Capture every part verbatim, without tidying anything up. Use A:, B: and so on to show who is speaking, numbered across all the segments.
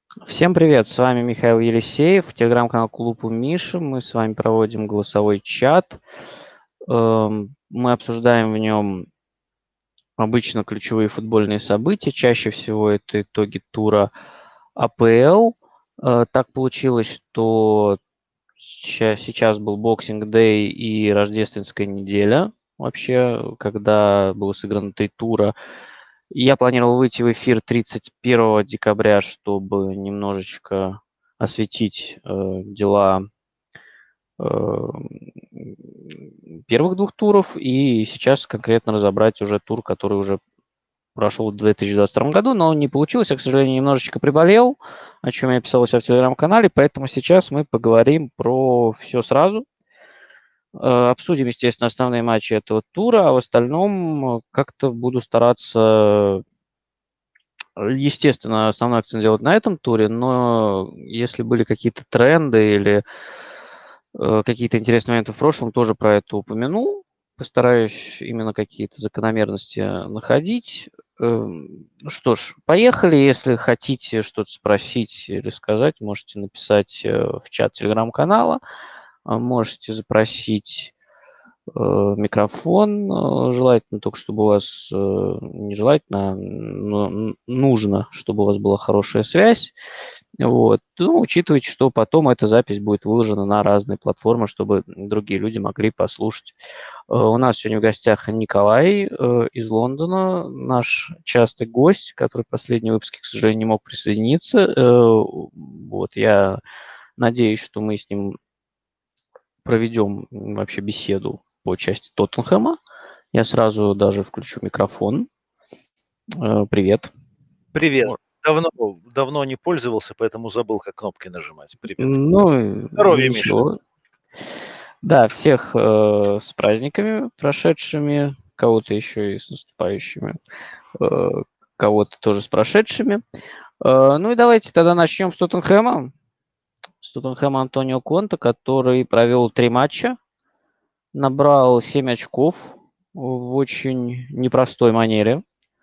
A: Всем привет, с вами Михаил Елисеев, телеграм-канал Клуб у Миши. Мы с вами проводим голосовой чат. Эм, Мы обсуждаем в нем обычно ключевые футбольные события. Чаще всего это итоги тура А П Л. Э, Так получилось, что ща- сейчас был Boxing Day и рождественская неделя. Вообще, когда было сыграно три тура, я планировал выйти в эфир тридцать первого декабря, чтобы немножечко осветить э, дела э, первых двух туров и сейчас конкретно разобрать уже тур, который уже прошел в две тысячи двадцать втором году, но не получилось. Я, к сожалению, немножечко приболел, о чем я писал у себя в телеграм-канале, поэтому сейчас мы поговорим про все сразу. Э, Обсудим, естественно, основные матчи этого тура, а в остальном э, как-то буду стараться. Естественно, основной акцент делать на этом туре, но если были какие-то тренды или э, какие-то интересные моменты в прошлом, тоже про это упомяну. Постараюсь именно какие-то закономерности находить. Эм, ну что ж, поехали. Если хотите что-то спросить или сказать, можете написать э, в чат телеграм-канала, а можете запросить э, микрофон. Э, желательно только, чтобы у вас, э, не желательно, но н- нужно, чтобы у вас была хорошая связь. Вот. Ну, учитывайте, что потом эта запись будет выложена на разные платформы, чтобы другие люди могли послушать. Э, У нас сегодня в гостях Николай э, из Лондона, наш частый гость, который в последнем выпуске, к сожалению, не мог присоединиться. Э, Вот, я надеюсь, что мы с ним проведем м, вообще беседу по части Тоттенхэма. Я сразу даже включу микрофон. Э, Привет.
B: Привет.
A: Мо-
B: Давно давно не пользовался, поэтому забыл, как кнопки нажимать. Привет.
A: Ну, э,
B: Здоровья, Миша.
A: ничего. Да, всех э, с праздниками прошедшими, кого-то еще и с наступающими, э, кого-то тоже с прошедшими. Э, ну и давайте тогда начнем с Тоттенхэма. С Тоттенхэма Антонио Конте, который провел три матча, набрал семь очков в очень непростой манере.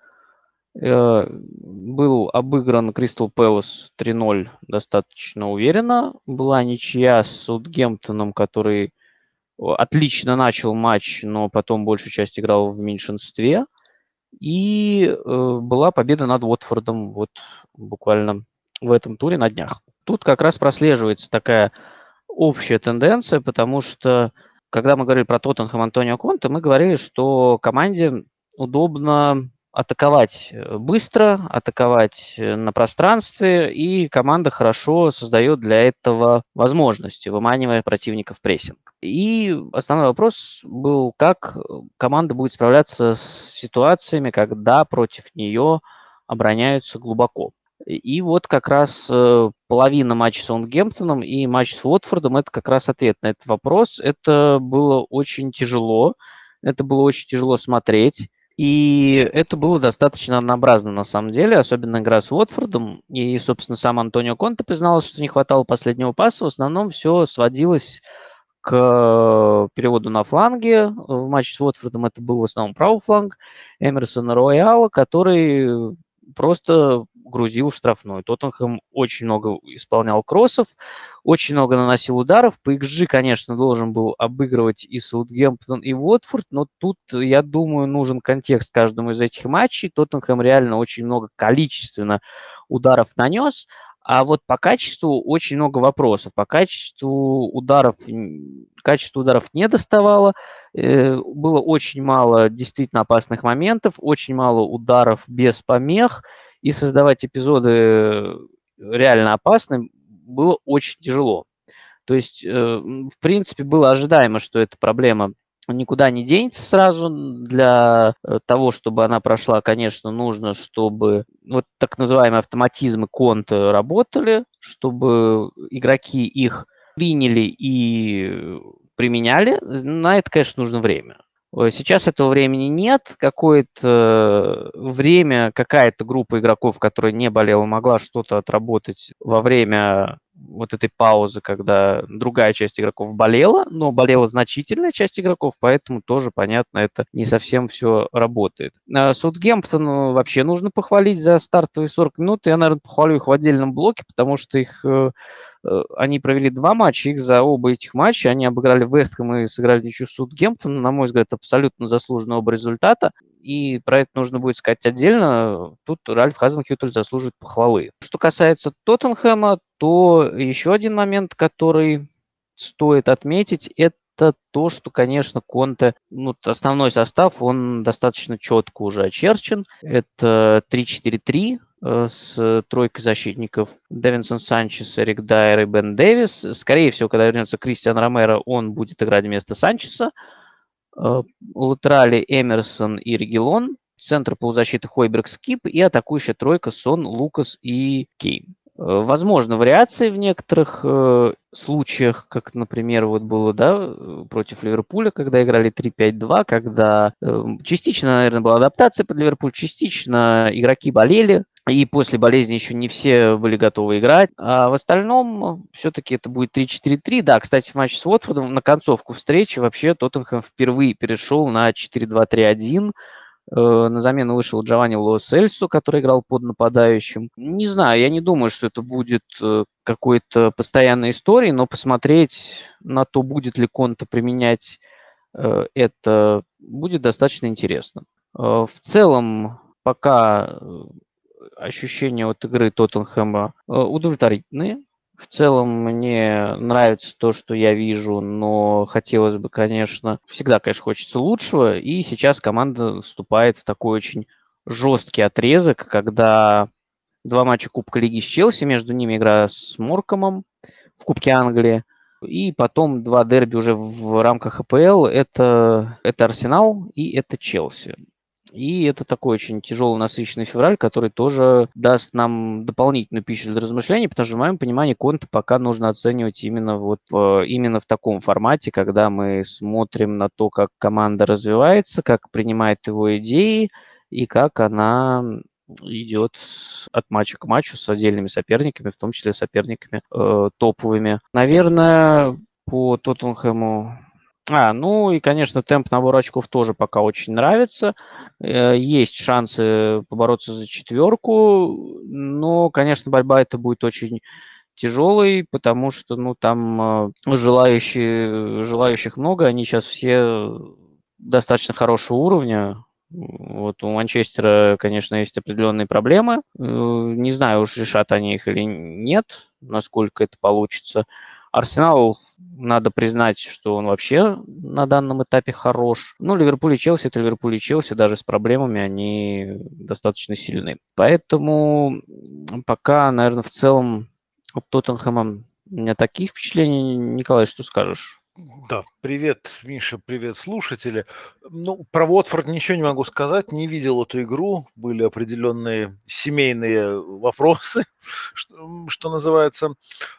A: Э, Был обыгран Кристал Пэлас три ноль достаточно уверенно. Была ничья с Саутгемптоном, который о, отлично начал матч, но потом большую часть играл в меньшинстве. И э, была победа над Уотфордом вот буквально в этом туре на днях. Тут как раз прослеживается такая общая тенденция, потому что когда мы говорили про Тоттенхэм Антонио Конте, мы говорили, что команде удобно атаковать э, быстро, атаковать э, на пространстве, и команда хорошо создает для этого возможности, выманивая противника в прессинг. И основной вопрос был, как команда будет справляться с ситуациями, когда против нее обороняются глубоко. И вот как раз э, половина матча с Саутгемптоном и матч с Уотфордом – это как раз ответ на этот вопрос. Это было очень тяжело, это было очень тяжело смотреть. И это было достаточно однообразно на самом деле, особенно игра с Уотфордом. И, собственно, сам Антонио Конте признался, что не хватало последнего паса. В основном все сводилось к переводу на фланге. В матче с Уотфордом это был в основном правый фланг Эмерсона Рояла, который просто грузил в штрафную. Тоттенхэм очень много исполнял кроссов, очень много наносил ударов. По X G, конечно, должен был обыгрывать и Саутгемптон, и Уотфорд, но тут, я думаю, нужен контекст каждому из этих матчей. Тоттенхэм реально очень много количественно ударов нанес, а вот по качеству очень много вопросов. По качеству ударов, качество ударов не доставало. Э, было очень мало действительно опасных моментов, очень мало ударов без помех. И создавать эпизоды реально опасным было очень тяжело. То есть, э, в принципе, было ожидаемо, что эта проблема никуда не денется сразу. Для э, того, чтобы она прошла, конечно, нужно, чтобы вот так называемые автоматизмы Конте работали, чтобы игроки их приняли и применяли. На это, конечно, нужно время. Ой, сейчас этого времени нет. Какое-то время какая-то группа игроков, которая не болела, могла что-то отработать во время вот этой паузы, когда другая часть игроков болела, но болела значительная часть игроков, поэтому тоже, понятно, это не совсем все работает. А Саутгемптон вообще нужно похвалить за стартовые сорок минут. Я, наверное, похвалю их в отдельном блоке, потому что их э, э, они провели два матча, их за оба этих матча они обыграли Вест Хэм и сыграли ничью с Саутгемптоном. На мой взгляд, абсолютно заслуженно оба результата. И про это нужно будет сказать отдельно. Тут Ральф Хазенхютель заслуживает похвалы. Что касается Тоттенхэма, то еще один момент, который стоит отметить, это то, что, конечно, Конте, ну, основной состав, он достаточно четко уже очерчен. Это три четыре три э, с тройкой защитников Дэвинсон Санчес, Эрик Дайер и Бен Дэвис. Скорее всего, когда вернется Кристиан Ромеро, он будет играть вместо Санчеса. Э, Латерали Эмерсон и Регилон. Центр полузащиты Хойберг Скип и атакующая тройка Сон, Лукас и Кейн. Возможно, вариации в некоторых э, случаях, как, например, вот было, да, против Ливерпуля, когда играли три пять два, когда э, частично, наверное, была адаптация под Ливерпуль, частично игроки болели, и после болезни еще не все были готовы играть. А в остальном все-таки это будет три четыре три. Да, кстати, в матче с Уотфордом на концовку встречи вообще Тоттенхэм впервые перешел на четыре два три один. На замену вышел Джованни Ло Сельсо, который играл под нападающим. Не знаю, я не думаю, что это будет какой-то постоянной историей, но посмотреть на то, будет ли Конте применять это, будет достаточно интересно. В целом, пока ощущения от игры Тоттенхэма удовлетворительные. В целом мне нравится то, что я вижу, но хотелось бы, конечно, всегда, конечно, хочется лучшего. И сейчас команда вступает в такой очень жесткий отрезок, когда два матча Кубка Лиги с Челси, между ними игра с Моркомом в Кубке Англии, и потом два дерби уже в рамках АПЛ. Это, это Арсенал и это Челси. И это такой очень тяжелый, насыщенный февраль, который тоже даст нам дополнительную пищу для размышлений, потому что, в моем понимании, Конте пока нужно оценивать именно, вот, именно в таком формате, когда мы смотрим на то, как команда развивается, как принимает его идеи и как она идет от матча к матчу с отдельными соперниками, в том числе соперниками э, топовыми. Наверное, по Тоттенхэму... А, ну и, конечно, темп набора очков тоже пока очень нравится. Есть шансы побороться за четверку, но, конечно, борьба это будет очень тяжелой, потому что, ну, там желающие, желающих много, они сейчас все достаточно хорошего уровня. Вот у Манчестера, конечно, есть определенные проблемы. Не знаю, уж решат они их или нет, насколько это получится. Арсенал, надо признать, что он вообще на данном этапе хорош. Ну, Ливерпуль и Челси, это Ливерпуль и Челси, даже с проблемами они достаточно сильны. Поэтому пока, наверное, в целом от Тоттенхэма у меня такие впечатления. Николай, что скажешь?
B: Да, привет, Миша, привет, слушатели. Ну, про Уотфорд ничего не могу сказать, не видел эту игру, были определенные семейные вопросы, что, что называется.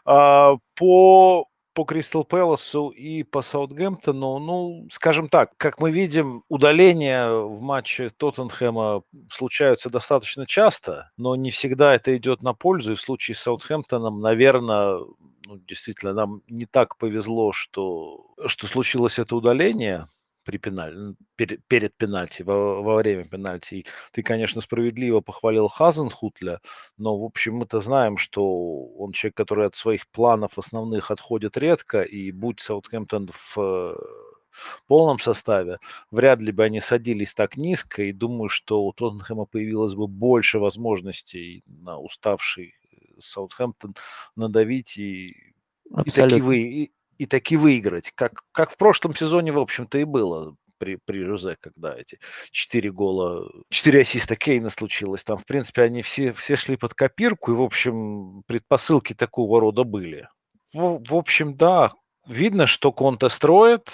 B: А, по по Кристал Пэласу и по Саутгемптону, ну, скажем так, как мы видим, удаления в матче Тоттенхэма случаются достаточно часто, но не всегда это идет на пользу, и в случае с Саутгемптоном, наверное, ну, действительно, нам не так повезло, что, что случилось это удаление при пеналь... перед, перед пенальти, во, во время пенальти. И ты, конечно, справедливо похвалил Хазенхутля, но, в общем, мы-то знаем, что он человек, который от своих планов основных отходит редко, и будь Саутгемптон в полном составе, вряд ли бы они садились так низко, и думаю, что у Тоттенхэма появилось бы больше возможностей на уставший Саутгемптон надавить и, и, таки, вы, и, и таки выиграть, как, как в прошлом сезоне, в общем-то, и было при, при Жозе, когда эти четыре гола, четыре ассиста Кейна случилось. Там, в принципе, они все, все шли под копирку, и, в общем, предпосылки такого рода были. В, в общем, да, видно, что Конте строит,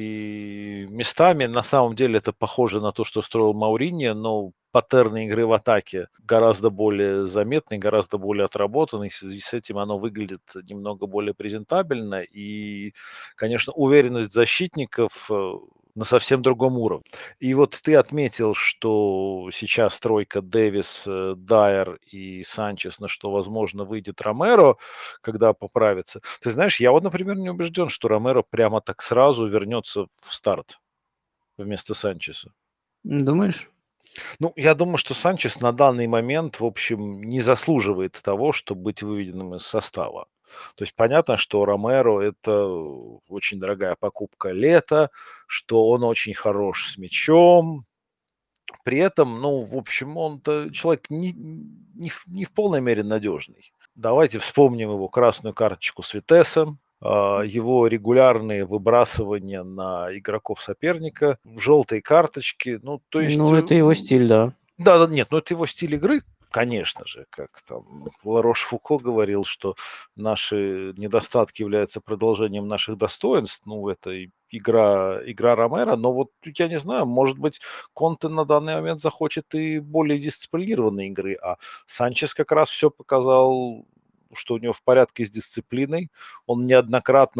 B: и местами на самом деле это похоже на то, что строил Мауриньо, но паттерны игры в атаке гораздо более заметны, гораздо более отработаны. В связи с этим оно выглядит немного более презентабельно. И, конечно, уверенность защитников на совсем другом уровне. И вот ты отметил, что сейчас тройка Дэвис, э, Дайер и Санчес, на что, возможно, выйдет Ромеро, когда поправится. Ты знаешь, я вот, например, не убежден, что Ромеро прямо так сразу вернется в старт вместо Санчеса.
A: Думаешь?
B: Ну, я думаю, что Санчес на данный момент, в общем, не заслуживает того, чтобы быть выведенным из состава. То есть понятно, что Ромеро – это очень дорогая покупка лета, что он очень хорош с мячом. При этом, ну, в общем, он-то человек не, не, в, не в полной мере надежный. Давайте вспомним его красную карточку с Витесом, а, его регулярные выбрасывания на игроков соперника, желтые карточки. Ну, то есть,
A: Ну,
B: э,
A: это его стиль, да.
B: да, да, нет, ну это его стиль игры, конечно же, как там Ларош Фуко говорил, что наши недостатки являются продолжением наших достоинств. Ну, это и игра, игра Ромеро, но вот я не знаю, может быть, Конте на данный момент захочет и более дисциплинированной игры, а Санчес как раз все показал, что у него в порядке с дисциплиной. Он неоднократно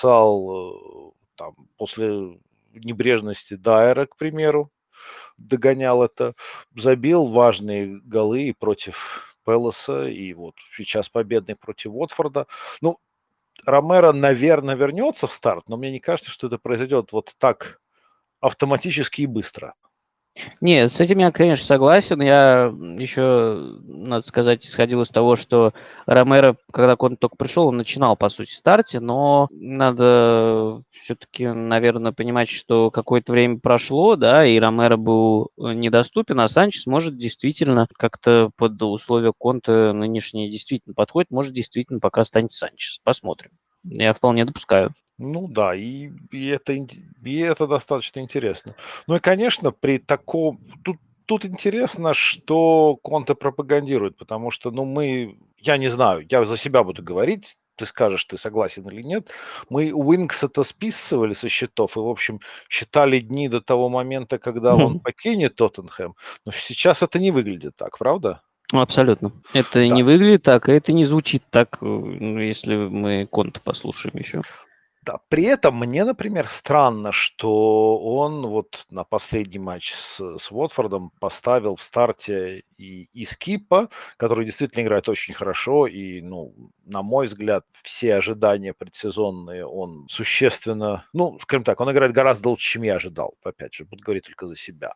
B: спасал э, там, после небрежности Дайера, к примеру, догонял это, забил важные голы и против Пелоса, и вот сейчас победный против Уотфорда. Ну, Ромеро, наверное, вернется в старт, но мне не кажется, что это произойдет вот так автоматически и быстро.
A: Нет, с этим я, конечно, согласен. Я еще, надо сказать, исходил из того, что Ромеро, когда он только пришел, он начинал, по сути, в старте, но надо все-таки, наверное, понимать, что какое-то время прошло, да, и Ромеро был э, недоступен, а Санчес может действительно как-то под условия Конте нынешние действительно подходит, может действительно пока станет Санчес. Посмотрим. Я вполне допускаю.
B: Ну да, и, и это, ин- и это достаточно интересно. Ну и, конечно, при таком... Тут, тут интересно, что Конте пропагандирует, потому что, ну, мы... Я не знаю, я за себя буду говорить, ты скажешь, ты согласен или нет. Мы Уинкс это списывали со счетов и, в общем, считали дни до того момента, когда он покинет Тоттенхэм. Но сейчас это не выглядит так, правда?
A: Ну, абсолютно. Это
B: Да.
A: не выглядит так, и это не звучит так, э, ну, если мы Конта послушаем еще.
B: Да, при этом мне, например, странно, что он вот на последний матч с, с Уотфордом поставил в старте и, и Скипа, который действительно играет очень хорошо, и, ну, на мой взгляд, все ожидания предсезонные он существенно, ну, скажем так, он играет гораздо лучше, чем я ожидал, опять же, буду говорить только за себя.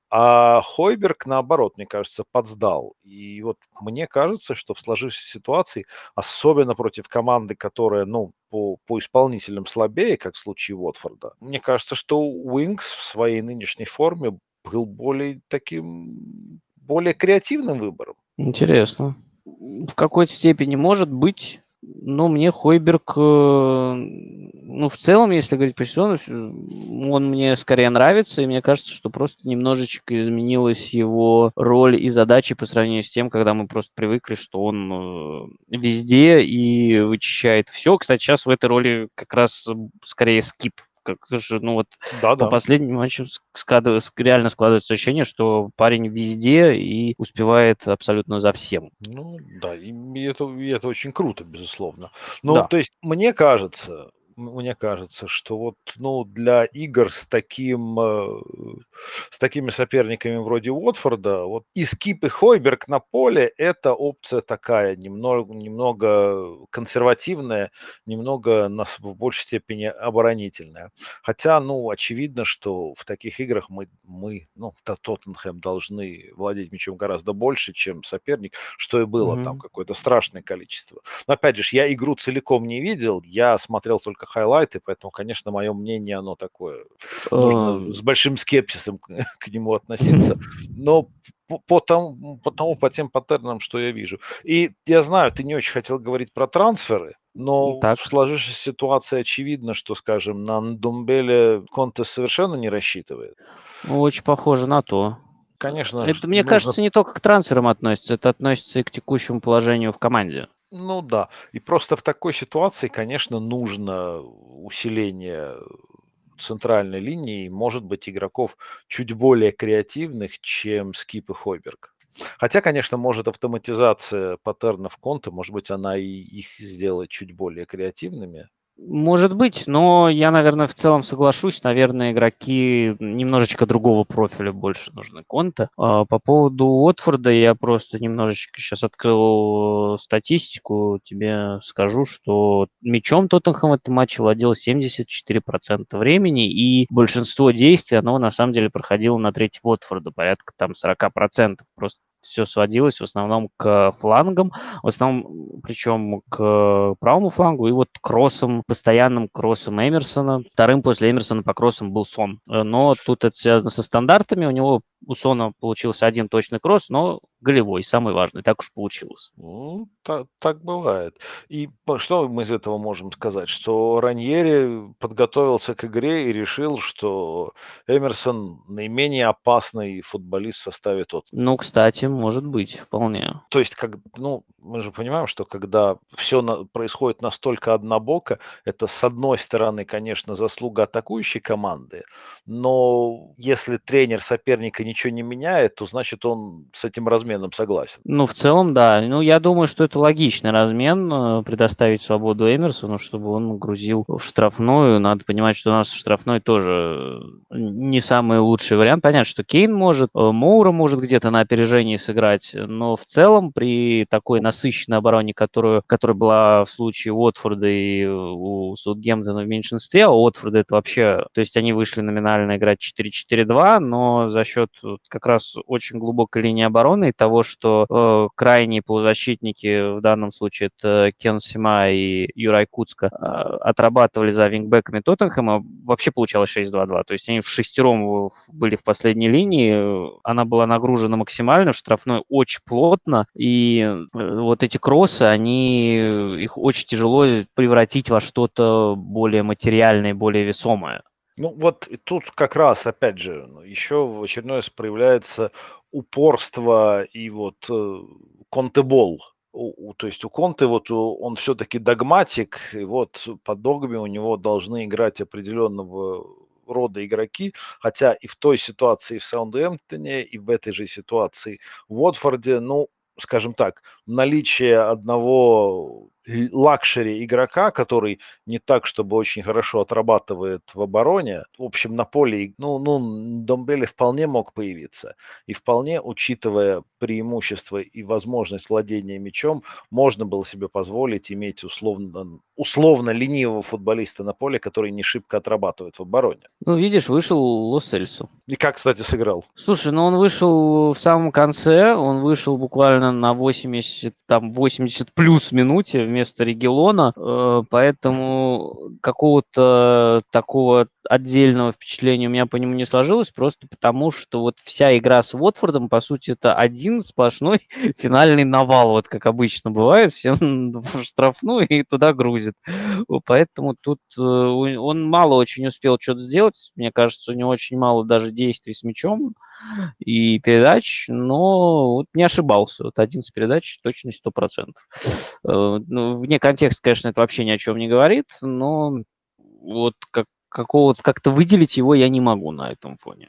B: А Хойберг, наоборот, мне кажется, подсдал. И вот мне кажется, что в сложившейся ситуации, особенно против команды, которая, ну, по, по исполнителям слабее, как в случае Уотфорда, мне кажется, что Уинкс в своей нынешней форме был более таким, более креативным выбором.
A: Интересно. В какой-то степени может быть, но мне Хойберг, э, ну, в целом, если говорить по сезону, ф- он мне скорее нравится, и мне кажется, что просто немножечко изменилась его роль и задачи по сравнению с тем, когда мы просто привыкли, что он э, везде и вычищает все. Кстати, сейчас в этой роли как раз э, скорее скип. Как же, ну вот по
B: Да-да.
A: последним матчам ск- складывается, реально складывается ощущение, что парень везде и успевает абсолютно за всем.
B: Ну да, и и это, и это очень круто, безусловно. Ну,
A: Да.
B: то есть, мне кажется, м- мне кажется, что вот, ну, для игр с таким, э, с такими соперниками вроде Уотфорда, вот и Скип, и Хойберг на поле – это опция такая, немного, немного консервативная, немного на с- в большей степени оборонительная. Хотя, ну, очевидно, что в таких играх мы, мы ну, Т- Тоттенхэм должны владеть мячом гораздо больше, чем соперник, что и было там
A: Мгм.
B: какое-то страшное количество. Но опять же, я игру целиком не видел, я смотрел только хайлайты, поэтому, конечно, мое мнение, оно такое, нужно
A: Эм,
B: с большим скепсисом к, к нему относиться, но по, по, тому, по тому, по тем паттернам, что я вижу. И я знаю, ты не очень хотел говорить про трансферы, но в
A: Так,
B: сложившейся ситуации очевидно, что, скажем, на Ндумбеле Конте совершенно не рассчитывает.
A: очень похоже на то. Э,
B: Конечно,
A: Это, мне
B: нужно.
A: кажется, не только к трансферам относится, это относится и к текущему положению в команде.
B: Ну да. И просто в такой ситуации, конечно, нужно усиление центральной линии, может быть, игроков чуть более креативных, чем Скип и Хойберг. Хотя, конечно, может автоматизация паттернов Конта, может быть, она и их сделает чуть более креативными.
A: Может быть, но я, наверное, в целом соглашусь. Наверное, игроки немножечко другого профиля больше нужны Конте. А по поводу Уотфорда я просто немножечко сейчас открыл статистику. Тебе скажу, что мячом Тоттенхэм в этом матче владел семьдесят четыре процента времени, и большинство действий, оно на самом деле проходило на треть Уотфорда, порядка там сорок процентов. Просто все сводилось в основном к флангам, в основном, причем к правому флангу и вот кроссам, постоянным кроссам Эмерсона. Вторым после Эмерсона по кроссам был Сон. Э, Но тут это связано со стандартами. У него у Сона получился один точный кросс, но голевой, самый важный. Так уж получилось.
B: Ну, та- так бывает. И по- что мы из этого можем сказать? Что Раньери подготовился к игре и решил, что Эмерсон наименее опасный футболист в составе тот.
A: Ну, кстати, может быть, вполне.
B: То есть, как, ну, мы же понимаем, что когда все происходит настолько однобоко, это, с одной стороны, конечно, заслуга атакующей команды, но если тренер соперника ничего не меняет, то значит он с этим разменом согласен.
A: Ну, в целом, да. Ну, я думаю, что это логичный размен, э, предоставить свободу Эмерсону, чтобы он грузил в штрафную. Надо понимать, что у нас в штрафной тоже э, не самый лучший вариант. Понятно, что Кейн может, э, Моура может где-то на опережении сыграть, но в целом при такой насыщенной обороне, которую, которая была в случае Уотфорда и у Саутгемптона в меньшинстве, а у Уотфорда это вообще... То есть они вышли номинально играть четыре четыре два, но за счет вот как раз очень глубокой линии обороны и того, что э, крайние полузащитники, в данном случае это Кен Сима и Юрай Куцка, э, отрабатывали за вингбэками Тоттенхэма, вообще получалось шесть два два. То есть они в шестером были в последней линии, она была нагружена максимально, в штрафной очень плотно, и э, вот эти кроссы, они, их очень тяжело превратить во что-то более материальное, более весомое.
B: Ну вот и тут как раз, опять же, ну, еще в очередной раз проявляется упорство и вот э, контебол. У- у- то есть у Конте вот у- он все-таки догматик, и вот по догме у него должны играть определенного рода игроки, хотя и в той ситуации в Саутгемптоне, и в этой же ситуации в Уотфорде, ну, скажем так, наличие одного л- лакшери игрока, который не так, чтобы очень хорошо отрабатывает в обороне. В общем, на поле, ну, ну, Домбеле вполне мог появиться. И вполне, учитывая преимущество и возможность владения мячом, можно было себе позволить иметь условно, условно ленивого футболиста на поле, который не шибко отрабатывает в обороне.
A: Ну, видишь, вышел Ло Сельсо.
B: И как, кстати, сыграл?
A: Слушай, ну он вышел в самом конце, он вышел буквально на восемьдесят, там, восемьдесят плюс минуте вместо Регилона, э, поэтому какого-то такого отдельного впечатления у меня по нему не сложилось, просто потому что вот вся игра с Уотфордом, по сути, это один сплошной финальный навал, вот как обычно бывает, все в штрафную и туда грузит. Поэтому тут э, у- он мало очень успел что-то сделать, мне кажется, у него очень мало даже действий с мячом, и передач, но вот не ошибался. Вот одиннадцать передач, точность сто процентов. Э, Ну, вне контекста, конечно, это вообще ни о чем не говорит, но вот как, какого-то как-то выделить его я не могу на этом фоне.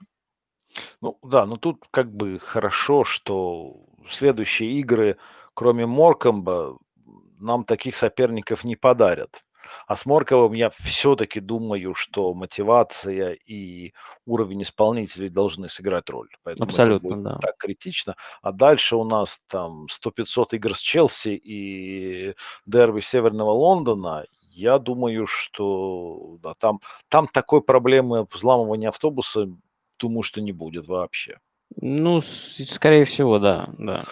B: Ну да, но тут как бы хорошо, что следующие игры, кроме Моркомба, нам таких соперников не подарят. А с Морковым я все-таки думаю, что мотивация и уровень исполнителей должны сыграть роль. Поэтому это будет
A: Абсолютно, да.
B: так критично. А дальше у нас там сто пятьсот игр с Челси и дерби Северного Лондона. Я думаю, что да, там, там такой проблемы взламывания автобуса, думаю, что не будет вообще.
A: Ну, с- скорее всего, да, да.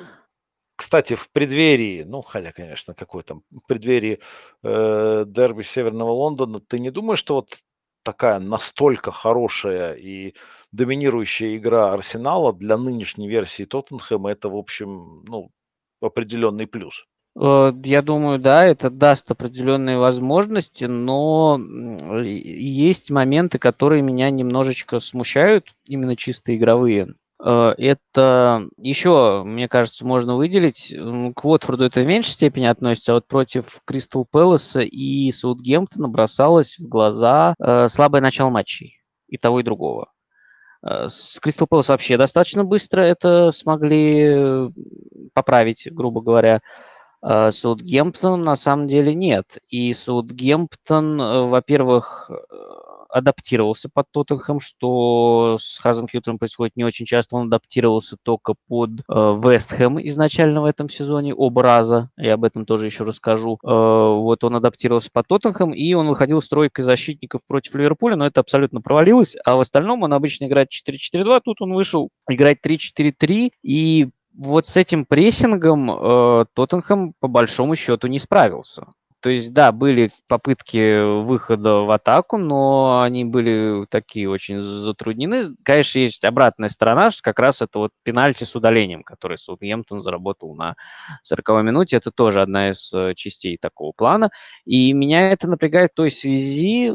B: Кстати, в преддверии, ну, хотя, конечно, какой там, в преддверии э, дерби Северного Лондона, ты не думаешь, что вот такая настолько хорошая и доминирующая игра Арсенала для нынешней версии Тоттенхэма, это, в общем, ну, определенный плюс?
A: Э, Я думаю, да, это даст определенные возможности, но м, и- есть моменты, которые меня немножечко смущают, именно чисто игровые. Э, Это еще, мне кажется, можно выделить. м, К Уотфорду это в меньшей степени относится, а вот против Кристал Пэласа и Саутгемптона бросалось в глаза э, слабое начало матчей и того, и другого. Э, С Кристал Пэлас вообще достаточно быстро это смогли э, поправить, грубо говоря. А Саутгемптон на самом деле нет. И Саутгемптон, э, во-первых, э, адаптировался под Тоттенхэм, что с Хазенхютом происходит не очень часто. Он адаптировался только под э, Вест Хэм изначально в этом сезоне, оба раза. Я об этом тоже еще расскажу. Э, вот он адаптировался под Тоттенхэм, и он выходил с тройкой защитников против Ливерпуля, но это абсолютно провалилось. А в остальном он обычно играет четыре четыре два, тут он вышел играть три четыре три, и вот с этим прессингом э, Тоттенхэм по большому счету не справился. То есть, да, были попытки выхода в атаку, но они были такие очень затруднены. Конечно, есть обратная сторона, что как раз это вот пенальти с удалением, который Саутгемптон заработал на сороковой минуте. Это тоже одна из э, частей такого плана. И меня это напрягает в той связи,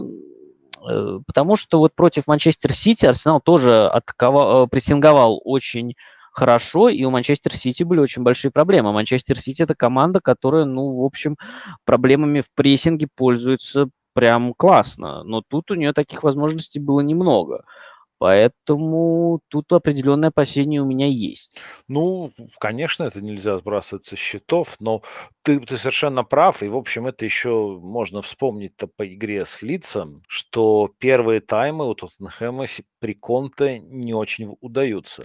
A: э, потому что вот против Манчестер Сити Арсенал тоже атаковал, э, прессинговал очень хорошо, и у Манчестер Сити были очень большие проблемы. Манчестер Сити – это команда, которая, ну, в общем, проблемами в прессинге пользуется прям классно. Но тут у нее таких возможностей было немного. Поэтому тут определенное опасение у меня есть.
B: Ну, конечно, это нельзя сбрасывать со счетов, но ты, ты совершенно прав. И, в общем, это еще можно вспомнить-то по игре с Лидсом, что первые таймы у Тоттенхэма си- при Конте не очень в- удаются.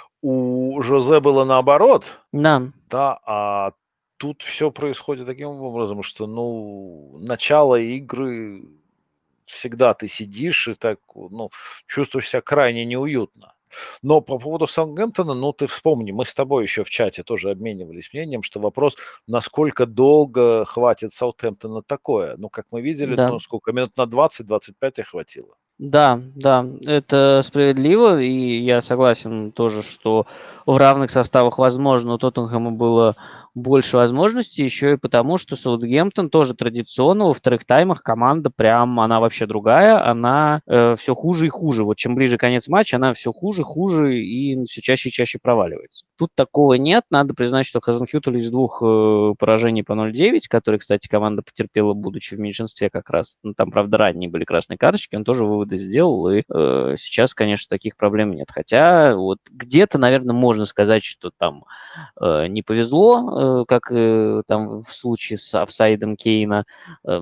B: У Жозе было наоборот,
A: Да,
B: да, а тут все происходит таким образом, что, ну, начало игры всегда ты сидишь и так, ну, чувствуешь себя крайне неуютно. Но по поводу Саутгемптона, ну, ты вспомни, мы с тобой еще в чате тоже обменивались мнением, что вопрос, насколько долго хватит Саутгемптона такое. Ну, как мы видели,
A: да.
B: ну, сколько, минут на двадцать-двадцать пять и хватило.
A: Да, да, это справедливо, и я согласен тоже, что в равных составах, возможно, у Тоттенхэма было больше возможностей, еще и потому, что Саутгемптон тоже традиционно во вторых таймах команда прям, она вообще другая, она э, все хуже и хуже. Вот чем ближе конец матча, она все хуже, хуже и все чаще и чаще проваливается. Тут такого нет, надо признать, что Хазенхютель из двух э, поражений по ноль девять, которые, кстати, команда потерпела, будучи в меньшинстве как раз, ну, там, правда, ранние были красные карточки, он тоже выводы сделал, и э, сейчас, конечно, таких проблем нет. Хотя вот где-то, наверное, можно сказать, что там э, не повезло, э, как э, там в случае с офсайдом Кейна, э,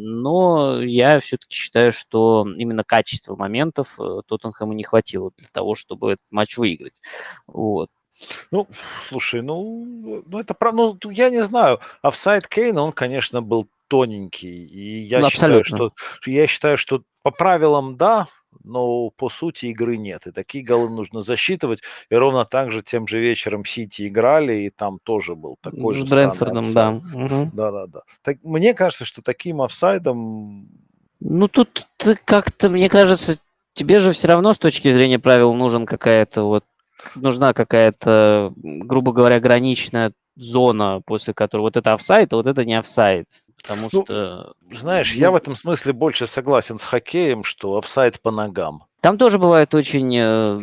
A: но я все-таки считаю, что именно качество моментов э, Тоттенхэму не хватило для того, чтобы этот матч выиграть. Вот.
B: Ну, слушай, ну, ну это про, ну, ту- я не знаю. Офсайд Кейна, он, конечно, был тоненький, и я
A: Ну,
B: считаю,
A: абсолютно.
B: что я считаю, что по правилам да, но по сути игры нет. И такие голы нужно засчитывать. И ровно так же тем же вечером Сити играли, и там тоже был такой
A: С
B: же странный
A: Брентфордом, да.
B: офсайд.
A: Мгм.
B: Да-да-да. Так, мне кажется, что таким офсайдом,
A: Ну, тут ты как-то, мне кажется, тебе же все равно с точки зрения правил нужен какая-то вот, нужна какая-то, м, грубо говоря, граничная зона, после которой вот это офсайд, а вот это не офсайд. Потому
B: ну,
A: что,
B: знаешь, я в
A: ну,
B: этом смысле больше согласен с хоккеем, что офсайд по ногам.
A: там тоже бывают очень э,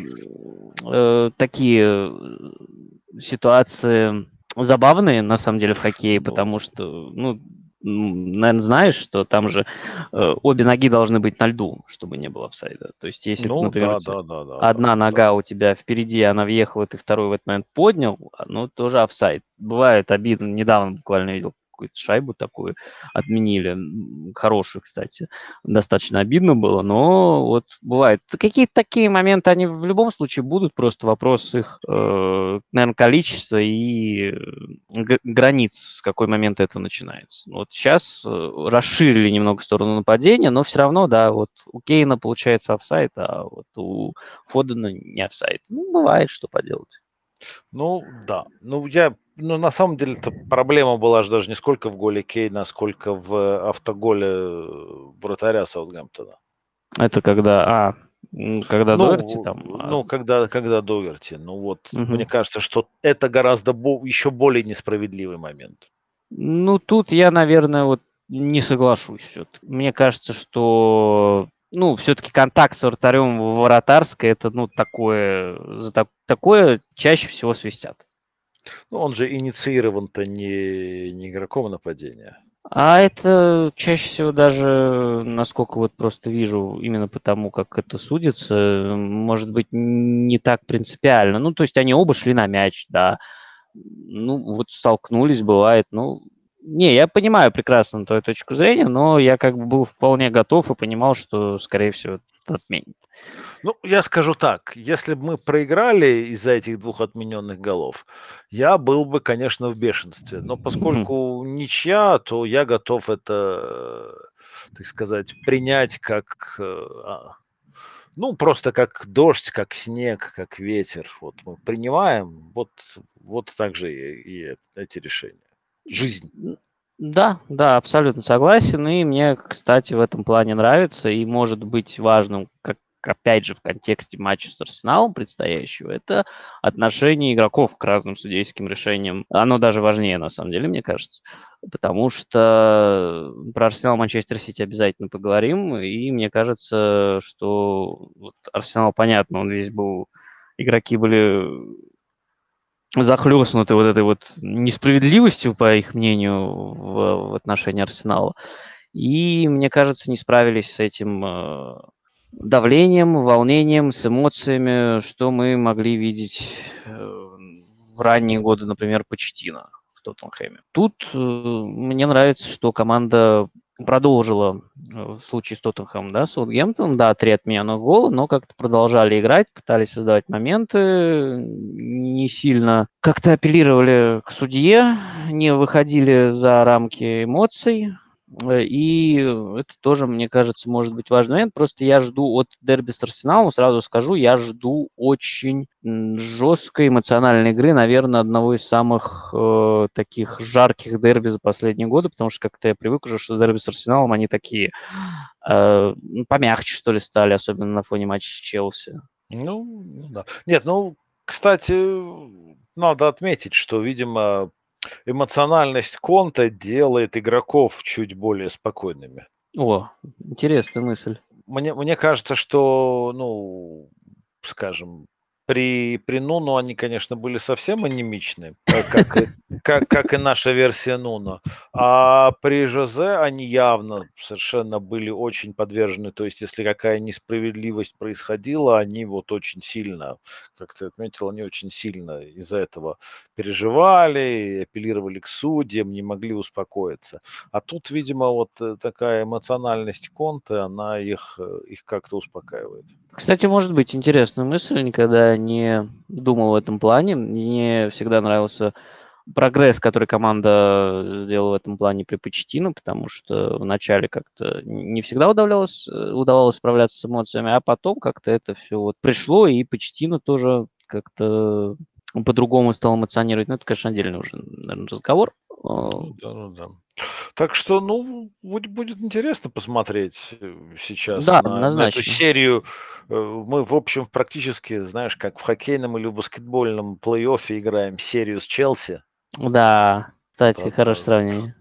A: э, такие э, ситуации забавные, на самом деле, в хоккее,
B: Ну,
A: потому что, ну, наверное, знаешь, что там же э, обе ноги должны быть на льду, чтобы не было офсайда. То есть, если,
B: ну
A: например, у
B: да,
A: тебя
B: да, да, да, да,
A: одна
B: да.
A: нога у тебя впереди, она въехала, ты вторую в этот момент поднял, а, ну, тоже офсайд. Бывает обидно. Недавно буквально видел какую-то шайбу такую, отменили, м, хорошую, кстати. Достаточно обидно было, но вот бывает. Какие-то такие моменты, они в любом случае будут, просто вопрос их, э, наверное, количества и э, г- границ, с какой момента это начинается. Вот сейчас расширили немного сторону нападения, но все равно, да, вот у Кейна получается офсайд, а вот у Фодена не офсайд. Ну, бывает, что поделать.
B: Ну да. Ну я, ну на самом деле-то проблема была же даже не сколько в голе Кейна, сколько в автоголе э, вратаря Саутгемптона.
A: Это когда, а, м, когда Доерти
B: Ну,
A: там, а,
B: ну когда, когда Доверти. Ну вот, мне
A: мгм.
B: кажется, что это гораздо бо- еще более несправедливый момент.
A: Ну, тут я, наверное, вот не соглашусь всё-таки. Мне кажется, что, ну, все-таки контакт с вратарем в вратарской, это, ну, такое, за так- такое чаще всего свистят.
B: Ну, он же инициирован-то не, не игроком нападения.
A: А это чаще всего даже, насколько вот просто вижу, именно потому, как это судится, может быть, не так принципиально. Ну, то есть они оба шли на мяч, да. Ну, вот столкнулись, бывает. Ну, не, я понимаю прекрасно твою точку зрения, но я как бы был вполне готов и понимал, что, скорее всего, отменят.
B: Ну, я скажу так, если бы мы проиграли из-за этих двух отмененных голов, я был бы, конечно, в бешенстве. Но поскольку ничья, то я готов это, так сказать, принять как, э, а, ну, просто как дождь, как снег, как ветер. Вот мы принимаем, вот, вот так же и, и эти решения. Жизнь.
A: М, Да, да, абсолютно согласен. И мне, кстати, в этом плане нравится. И может быть важным, как опять же в контексте матча с Арсеналом предстоящего, это отношение игроков к разным судейским решениям. Оно даже важнее, на самом деле, мне кажется. Потому что про Арсенал Манчестер Сити обязательно поговорим. И мне кажется, что вот Арсенал, понятно, он весь был... Игроки были захлестнуты вот этой вот несправедливостью, по их мнению, в, в отношении Арсенала. И, мне кажется, не справились с этим э, давлением, волнением, с эмоциями, что мы могли видеть э, в ранние годы, например, Почеттино в Тоттенхэме. Тут э, мне нравится, что команда продолжила э, в случае с Тоттенхэмом, да, с Саутгемптоном, да, три отмененных гола, но как-то продолжали играть, пытались создавать моменты, не сильно как-то апеллировали к судье, не выходили за рамки эмоций, Э, и это тоже, мне кажется, может быть важный момент. Просто я жду от дерби с Арсеналом, сразу скажу, я жду очень м, жесткой эмоциональной игры, наверное, одного из самых э, таких жарких дерби за последние годы, потому что как-то я привык уже, что дерби с Арсеналом, они такие э, ну, помягче, что ли, стали, особенно на фоне матча с Челси.
B: Ну, ну да. Нет, ну, кстати, надо отметить, что, видимо, эмоциональность Конте делает игроков чуть более спокойными.
A: О, интересная мысль.
B: Мне, мне кажется, что, ну, скажем, при, при Нуну они, конечно, были совсем анемичны, э, как и, как, как и наша версия Нуно. А при Жозе они явно совершенно были очень подвержены. То есть, если какая несправедливость происходила, они вот очень сильно, как ты отметил, они очень сильно из-за этого переживали, апеллировали к судьям, не могли успокоиться. А тут, видимо, вот э, такая эмоциональность Конте, она их, э, их как-то успокаивает.
A: Кстати, может быть, интересная мысль, никогда не думал в этом плане. Мне всегда нравился прогресс, который команда сделала в этом плане при Почеттино, потому что вначале как-то не всегда удавалось, э, удавалось справляться с эмоциями, а потом как-то это все вот пришло, и Почеттино тоже как-то по-другому стал эмоционировать. Ну, это, конечно, отдельный уже, наверное, разговор. А,
B: Ну да, ну да. Так что, ну, будет, будет интересно посмотреть э, сейчас
A: Да,
B: на, на эту
A: однозначно.
B: серию. Э, Мы, в общем, практически, знаешь, как в хоккейном или баскетбольном плей-оффе играем серию с Челси.
A: Да, кстати,
B: Да, да.
A: хорошее сравнение.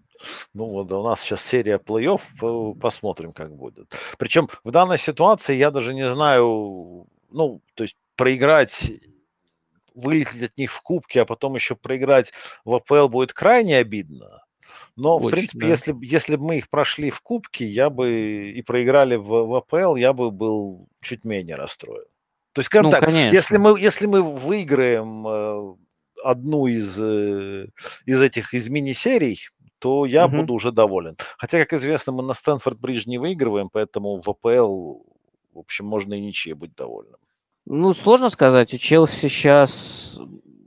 B: Ну вот, да, у нас сейчас серия плей-офф, по- посмотрим, как будет. Причем в данной ситуации я даже не знаю, ну, то есть проиграть, вылететь от них в кубке, а потом еще проиграть в АПЛ будет крайне обидно. Но, в
A: Очень,
B: принципе,
A: да.
B: если, б- если бы мы их прошли в кубке, я бы и проиграли в, в АПЛ, я бы был чуть менее расстроен. То есть, скажем
A: Ну,
B: так, если
A: конечно.
B: мы, если мы выиграем э, одну из, э, из этих из мини-серий, то я
A: Мгм.
B: буду уже доволен. Хотя, как известно, мы на Стэнфорд-Бридж не выигрываем, поэтому в АПЛ, в общем, можно и ничьей быть довольным.
A: Ну, сложно сказать. У Челси сейчас...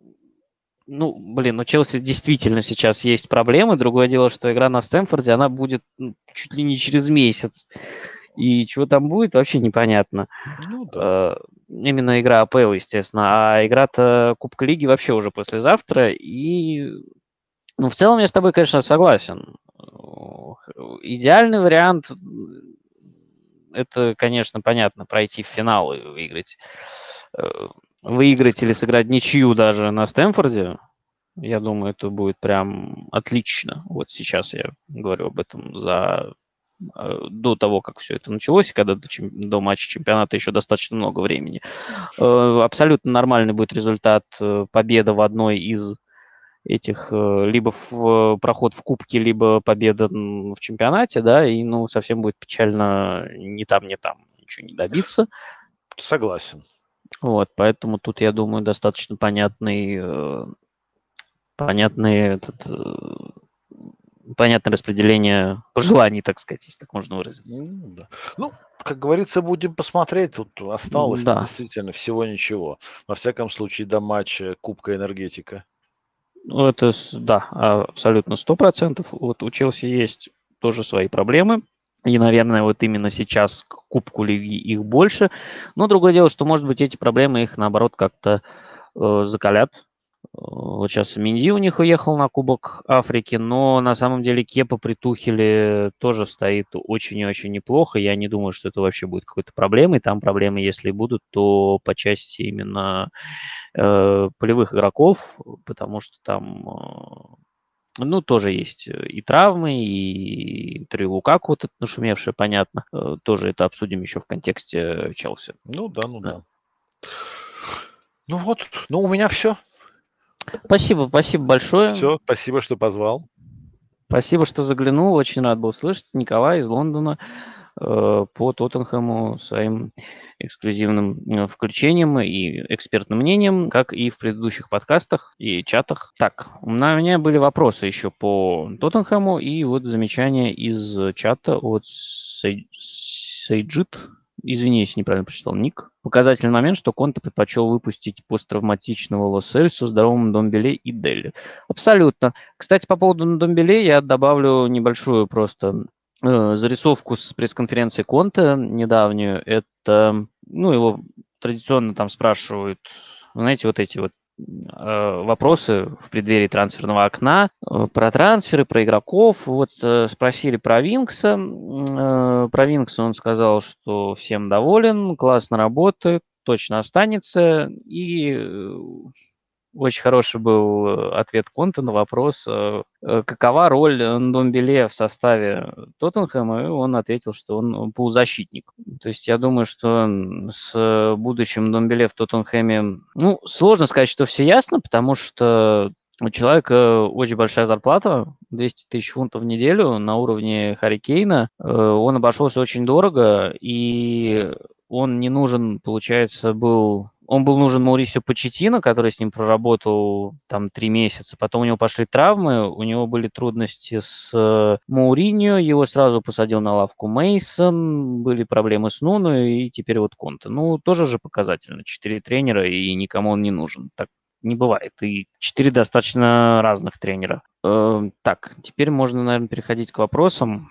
A: Ну, блин, у Челси действительно сейчас есть проблемы. Другое дело, что игра на Стэнфорде, она будет ну, чуть ли не через месяц. И чего там будет, вообще непонятно.
B: Ну да.
A: Э, Именно игра АПЛ, естественно. А игра-то Кубка Лиги вообще уже послезавтра. И, ну, в целом я с тобой, конечно, согласен. Ох, Идеальный вариант, м, это, конечно, понятно, пройти в финал и выиграть. Э, Выиграть или сыграть ничью даже на Стэнфорде. Я думаю, это будет прям отлично. Вот сейчас я говорю об этом за э, до того, как все это началось, и когда до, чем- до матча чемпионата еще достаточно много времени. Э, Абсолютно нормальный будет результат э, победа в одной из этих, э, либо в э, проход в кубке, либо победа м, в чемпионате, да, и, ну, совсем будет печально ни там, ни там ничего не добиться.
B: Согласен.
A: Вот, поэтому тут, я думаю, достаточно понятный э, понятные, этот, понятное распределение пожеланий, так сказать, если так можно выразиться.
B: Ну, да. Ну, как говорится, будем посмотреть. Тут осталось-то
A: Да.
B: действительно всего ничего. Во всяком случае, до матча Кубка Энергетика.
A: Ну, это, да, абсолютно сто процентов. Вот у Челси есть тоже свои проблемы. И, наверное, вот именно сейчас к Кубку Лиги их больше. Но другое дело, что, может быть, эти проблемы их, наоборот, как-то э, закалят. Вот сейчас Минди у них уехал на Кубок Африки, но на самом деле Кепа при Тухеле тоже стоит очень и очень неплохо. Я не думаю, что это вообще будет какой-то проблемой. Там проблемы, если и будут, то по части именно э, полевых игроков, потому что там, э, ну, тоже есть и травмы, и интервью Лукаку вот это нашумевшее, понятно. Э, тоже это обсудим еще в контексте Челси.
B: Ну да, ну
A: Да.
B: да. Ну вот, ну у меня все.
A: Спасибо, спасибо большое.
B: Все, спасибо, что позвал.
A: Спасибо, что заглянул. Очень рад был слышать. Николай из Лондона э, по Тоттенхэму своим эксклюзивным э, включением и экспертным мнением, как и в предыдущих подкастах и чатах. Так, у меня были вопросы еще по Тоттенхэму, и вот замечание из чата от Сей- Сейджит. Извини, если неправильно прочитал ник. Показательный момент, что Конте предпочел выпустить посттравматичного Ло Сельсо, здоровым Домбеле и Делли. Абсолютно. Кстати, по поводу Домбеле я добавлю небольшую просто э, зарисовку с пресс-конференции Конте недавнюю. Это, ну, его традиционно там спрашивают, знаете, вот эти вот э, вопросы в преддверии трансферного окна э, про трансферы, про игроков. Вот э, спросили про Винкса. Э, про Винкса он сказал, что всем доволен, классно работает, точно останется. И э, очень хороший был ответ Конте на вопрос, э, э, какова роль Ндомбеле в составе Тоттенхэма, и он ответил, что он полузащитник. То есть я думаю, что с будущим Ндомбеле в Тоттенхэме, ну, сложно сказать, что все ясно, потому что у человека очень большая зарплата, двести тысяч фунтов в неделю на уровне Харри Кейна. Э, Он обошелся очень дорого, и он не нужен, получается, был... Он был нужен Маурисио Почеттино, который с ним проработал там три месяца. Потом у него пошли травмы, у него были трудности с э, Мауриньо, его сразу посадил на лавку Мейсон, были проблемы с Нуну, и теперь вот Конте. Ну, тоже же показательно. Четыре тренера, и никому он не нужен. Так не бывает. И четыре достаточно разных тренера. Э, так, теперь можно, наверное, переходить к вопросам,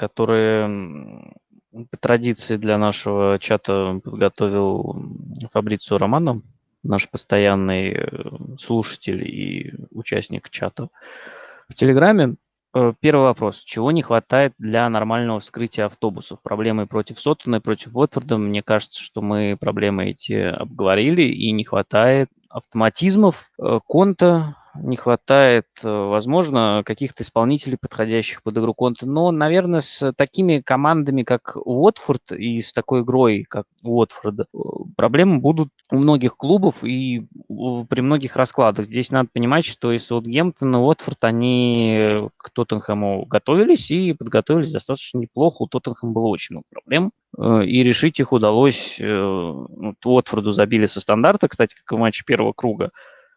A: которые по традиции для нашего чата подготовил Фабрицио Романо, наш постоянный слушатель и участник чата в Телеграме. Первый вопрос. Чего не хватает для нормального вскрытия автобусов? Проблемы против Соттона и против Уотфорда. Мне кажется, что мы проблемы эти обговорили, и не хватает автоматизмов. Конта не хватает, возможно, каких-то исполнителей, подходящих под игру Конте. Но, наверное, с такими командами, как Уотфорд, и с такой игрой, как Уотфорд, проблемы будут у многих клубов и при многих раскладах. Здесь надо понимать, что и Саутгемптон, и Уотфорд, они к Тоттенхэму готовились и подготовились достаточно неплохо. У Тоттенхэма было очень много проблем, и решить их удалось. Уотфорду забили со стандарта, кстати, как и в матче первого круга.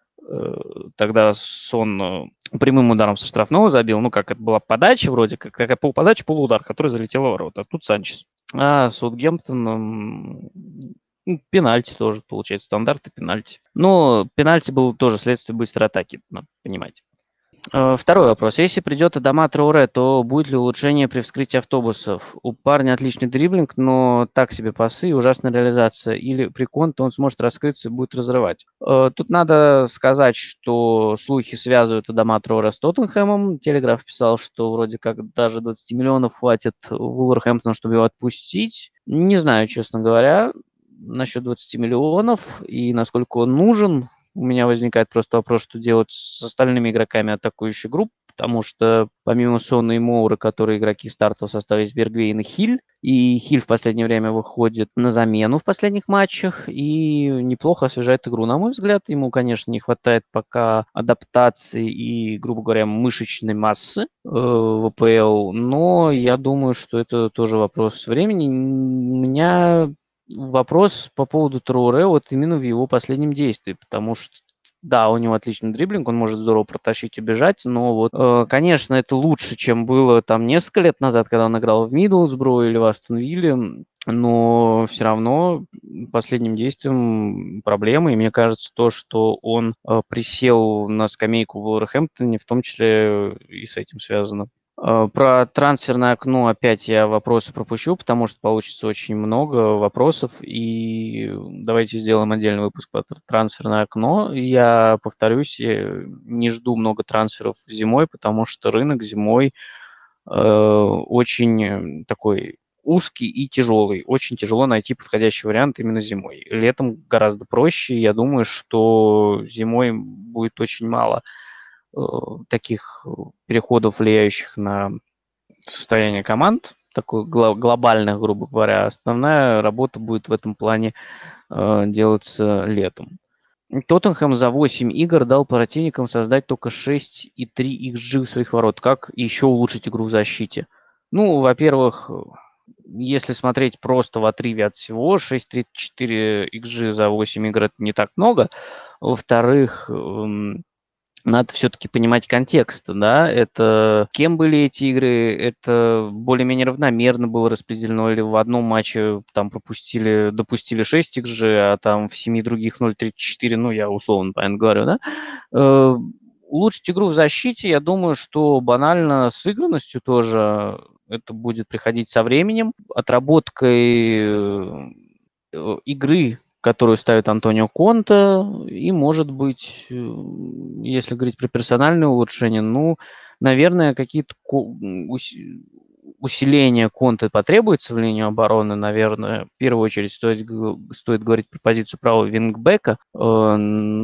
A: Тогда Сон прямым ударом со штрафного забил, ну, как это была подача вроде, как, как полуподача, полуудар, который залетел в ворота. А тут Санчес. А Саутгемптон, ну, пенальти тоже, получается, стандарты, пенальти. Но пенальти был тоже следствие быстрой атаки, надо понимать. Второй вопрос. Если придет Адама Трауре, то будет ли улучшение при вскрытии автобусов? У парня отличный дриблинг, но так себе пасы и ужасная реализация. Или при Конте он сможет раскрыться и будет разрывать? Тут надо сказать, что слухи связывают Адама Трауре с Тоттенхэмом. Телеграф писал, что вроде как даже двадцать миллионов хватит Вулверхэмптону, чтобы его отпустить. Не знаю, честно говоря, насчет двадцати миллионов и насколько он нужен. У меня возникает просто вопрос, что делать с остальными игроками атакующей группы, потому что помимо Сона и Моура, которые игроки стартового состава, есть Бергвейн и Хиль, и Хиль в последнее время выходит на замену в последних матчах и неплохо освежает игру. На мой взгляд, ему, конечно, не хватает пока адаптации и, грубо говоря, мышечной массы э, в АПЛ, но я думаю, что это тоже вопрос времени. У меня вопрос по поводу Трауре вот именно в его последнем действии, потому что Да, у него отличный дриблинг, он может здорово протащить и бежать, но вот, э, конечно, это лучше, чем было там несколько лет назад, когда он играл в Миддлсбро или в Астон Вилле, но все равно последним действием проблемы, и мне кажется, то, что он э, присел на скамейку в Вулверхэмптоне, в том числе и с этим связано. Э, Про трансферное окно опять я вопросы пропущу, потому что получится очень много вопросов, и давайте сделаем отдельный выпуск про тр- трансферное окно. Я повторюсь, я не жду много трансферов зимой, потому что рынок зимой э, очень э, такой узкий и тяжелый. Очень тяжело найти подходящий вариант именно зимой. Летом гораздо проще. Я думаю, что зимой будет очень мало э, таких э, переходов, влияющих на состояние команд, такой гла- глобальных, грубо говоря. Основная работа будет в этом плане э, делаться летом. Тоттенхэм за восемь игр дал противникам создать только шесть и три икс джи в своих ворот. Как еще улучшить игру в защите? Ну, во-первых, если смотреть просто в отрыве от всего, шесть целых тридцать четыре икс джи за восемь игр – это не так много. Во-вторых, эм, надо все-таки понимать контекст, да, это кем были эти игры, это более-менее равномерно было распределено, или в одном матче там пропустили, допустили шесть икс джи, а там в семи других ноль целых тридцать четыре, ну, я условно, понятно говорю, да. Э, Улучшить игру в защите, я думаю, что банально с сыгранностью тоже это будет приходить со временем, отработкой э, э, игры, которую ставит Антонио Конте, и, может быть, э, если говорить про персональные улучшения, ну, наверное, какие-то ко- м, ус- усиления Конте потребуется в линию обороны, наверное. В первую очередь стоит, г- стоит говорить про позицию правого вингбека, э,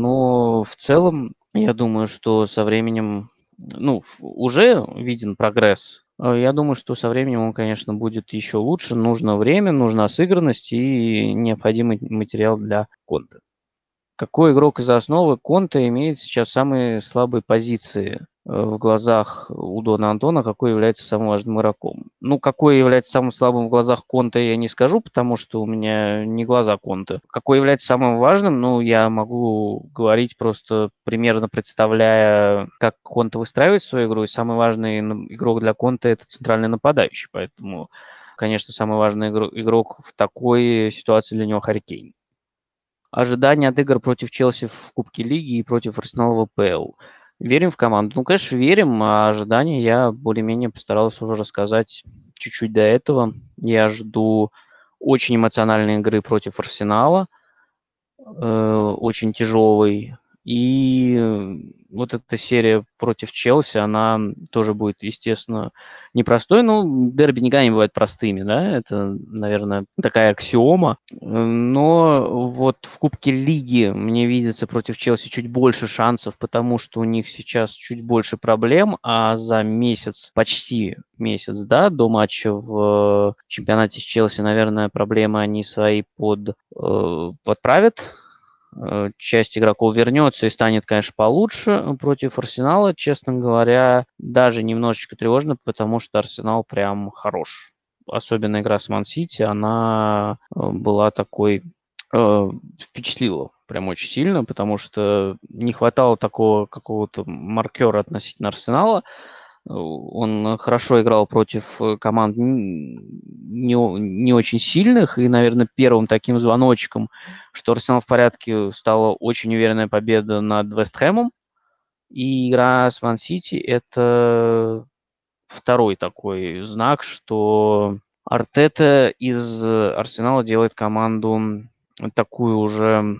A: но в целом я думаю, что со временем, ну, ф- уже виден прогресс. Э, Я думаю, что со временем он, конечно, будет еще лучше. Нужно время, нужна сыгранность и необходимый материал для Конте. Какой игрок из основы Конте имеет сейчас самые слабые позиции э, в глазах у Дона Антона, какой является самым важным игроком? Ну, какой является самым слабым в глазах Конте, я не скажу, потому что у меня не глаза Конте. Какой является самым важным, ну, я могу говорить просто примерно представляя, как Конте выстраивает свою игру, и самый важный н- игрок для Конте – это центральный нападающий, поэтому, конечно, самый важный игрок, игрок в такой ситуации для него Харри Кейн. Ожидания от игр против Челси в Кубке Лиги и против Арсенала в АПЛ. Верим в команду? Ну, конечно, верим, а ожидания я более-менее постарался уже рассказать чуть-чуть до этого. Я жду очень эмоциональной игры против Арсенала, э, очень тяжелой. И э, вот эта серия против Челси, она тоже будет, естественно, непростой. Ну, дерби никогда не бывает простыми, да, это, наверное, такая аксиома. Э, Но вот в Кубке Лиги мне видится против Челси чуть больше шансов, потому что у них сейчас чуть больше проблем, а за месяц, почти месяц, да, до матча в чемпионате с Челси, наверное, проблемы они свои под, э, подправят. Э, часть игроков вернется и станет, конечно, получше против Арсенала. Честно говоря, даже немножечко тревожно, потому что Арсенал прям хорош. Особенно игра с Ман-Сити, она э, была такой, э, впечатлила прям очень сильно, потому что не хватало такого какого-то маркера относительно Арсенала. Он хорошо играл против э, команд н- не, о- не очень сильных, и, наверное, первым таким звоночком, что Арсенал в порядке, стала очень уверенная победа над Вест Хэмом, и игра с Ман Сити – это второй такой знак, что Артета из э, Арсенала делает команду такую уже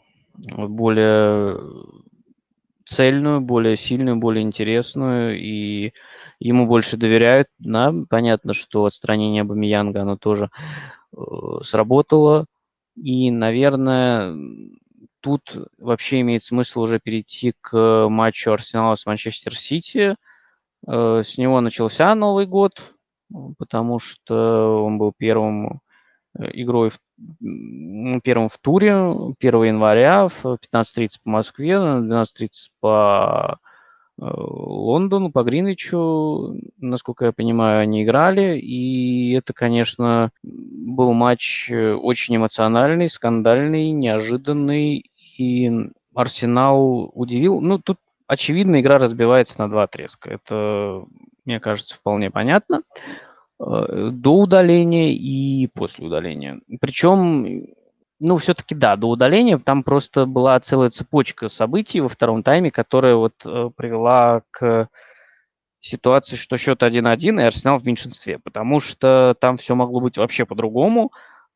A: более цельную, более сильную, более интересную, и ему больше доверяют. Да, понятно, что отстранение Абамеянга, оно тоже э, сработало. И, наверное, тут вообще имеет смысл уже перейти к матчу Арсенала с Манчестер Сити. Э, с него начался Новый год, потому что он был первым э, игрой в, м, первым в туре первого января в пятнадцать тридцать по Москве, двенадцать тридцать по э, Лондону, по Гринвичу, насколько я понимаю, они играли. И это, конечно, был матч э, очень эмоциональный, скандальный, неожиданный. И Арсенал удивил. Ну, тут, очевидно, игра разбивается на два отрезка. Это, мне кажется, вполне понятно. Э, До удаления и после удаления. Причем, ну, все-таки да, до удаления там просто была целая цепочка событий во втором тайме, которая вот э, привела к ситуации, что счет один-один и Арсенал в меньшинстве, потому что там все могло быть вообще по-другому.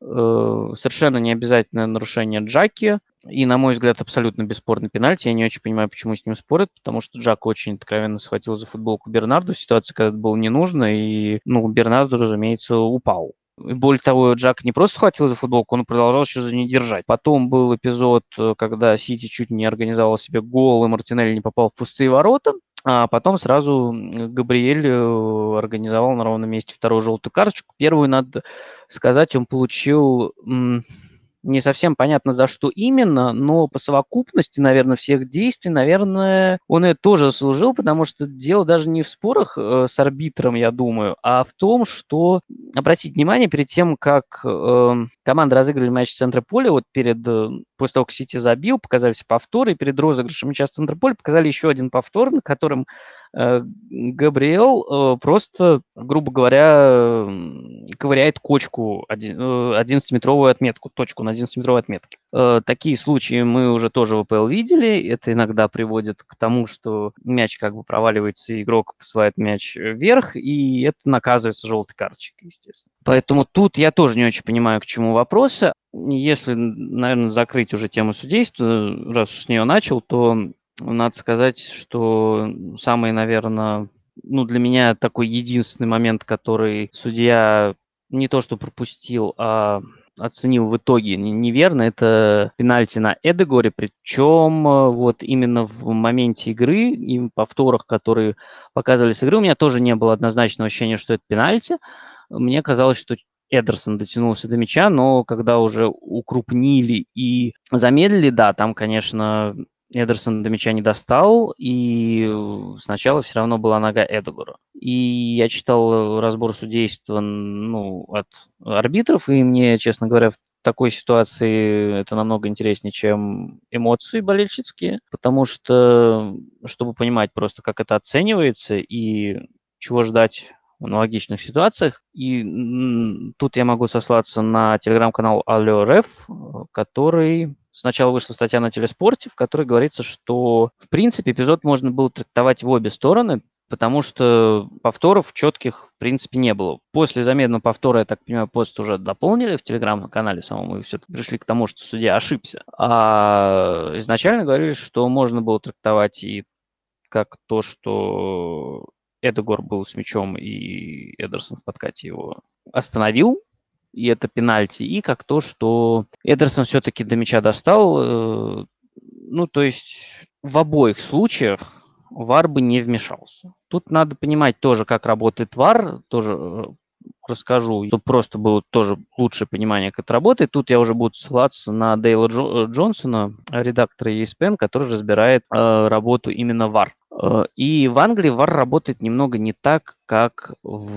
A: Э, Совершенно не обязательно нарушение Джаки. И, на мой взгляд, абсолютно бесспорный пенальти. Я не очень понимаю, почему с ним спорят, потому что Джак очень откровенно схватил за футболку Бернарду в ситуации, когда это было не нужно, и, ну, Бернарду, разумеется, упал. И более того, Джак не просто схватил за футболку, он продолжал еще за нее держать. Потом был эпизод, э, когда Сити чуть не организовал себе гол, и Мартинелли не попал в пустые ворота. А потом сразу м, Габриэль э, организовал на ровном месте вторую желтую карточку. Первую, надо сказать, он получил м, не совсем понятно за что именно, но по совокупности, наверное, всех действий, наверное, он это тоже заслужил, потому что дело даже не в спорах э, с арбитром, я думаю, а в том, что, обратите внимание, перед тем, как э, команды разыгрывали матч в центре поля, вот перед, э, после того, как Сити забил, показали все повторы, и перед розыгрышем мяча в центре поля показали еще один повтор, на котором э, Габриэл э, просто, грубо говоря, м, ковыряет кочку, один- э, одиннадцатиметровую отметку, точку на одиннадцатиметровой отметке. Э, Такие случаи мы уже тоже в АПЛ видели. Это иногда приводит к тому, что мяч как бы проваливается, и игрок посылает мяч вверх, и это наказывается желтой карточкой, естественно. Поэтому тут я тоже не очень понимаю, к чему вопросы. Если, наверное, закрыть уже тему судейства, раз уж с нее начал, то надо сказать, что самый, наверное, ну, для меня такой единственный момент, который судья не то что пропустил, а оценил в итоге не- неверно, это пенальти на Эдегоре, причем э, вот именно в моменте игры и в повторах, которые показывали с игры, у меня тоже не было однозначного ощущения, что это пенальти. Мне казалось, что Эдерсон дотянулся до мяча, но когда уже укрупнили и замедлили, да, там, конечно, Эдерсон до мяча не достал, и э, сначала все равно была нога Эдегора. И я читал разбор судейства, ну, от арбитров, и мне, честно говоря, в такой ситуации это намного интереснее, чем эмоции болельщицкие, потому что, чтобы понимать просто, как это оценивается и чего ждать в аналогичных ситуациях. И м, тут я могу сослаться на телеграм-канал Алло РФ, который сначала вышла статья на Телеспорте, в которой говорится, что в принципе эпизод можно было трактовать в обе стороны, потому что повторов четких, в принципе, не было. После замедленного повтора, я так понимаю, пост уже дополнили в телеграм-канале самом, и все-таки пришли к тому, что судья ошибся. А изначально говорили, что можно было трактовать и как то, что Эдегор был с мячом, и Эдерсон в подкате его остановил, и это пенальти, и как то, что Эдерсон все-таки до мяча достал. э, Ну, то есть в обоих случаях ВАР бы не вмешался. Тут надо понимать тоже, как работает ВАР, тоже э, расскажу, чтобы просто было тоже лучшее понимание, как это работает. Тут я уже буду ссылаться на Дейла Джо- Джонсона, редактора и эс пи эн, который разбирает э, работу именно ВАР. Э, И в Англии ВАР работает немного не так, как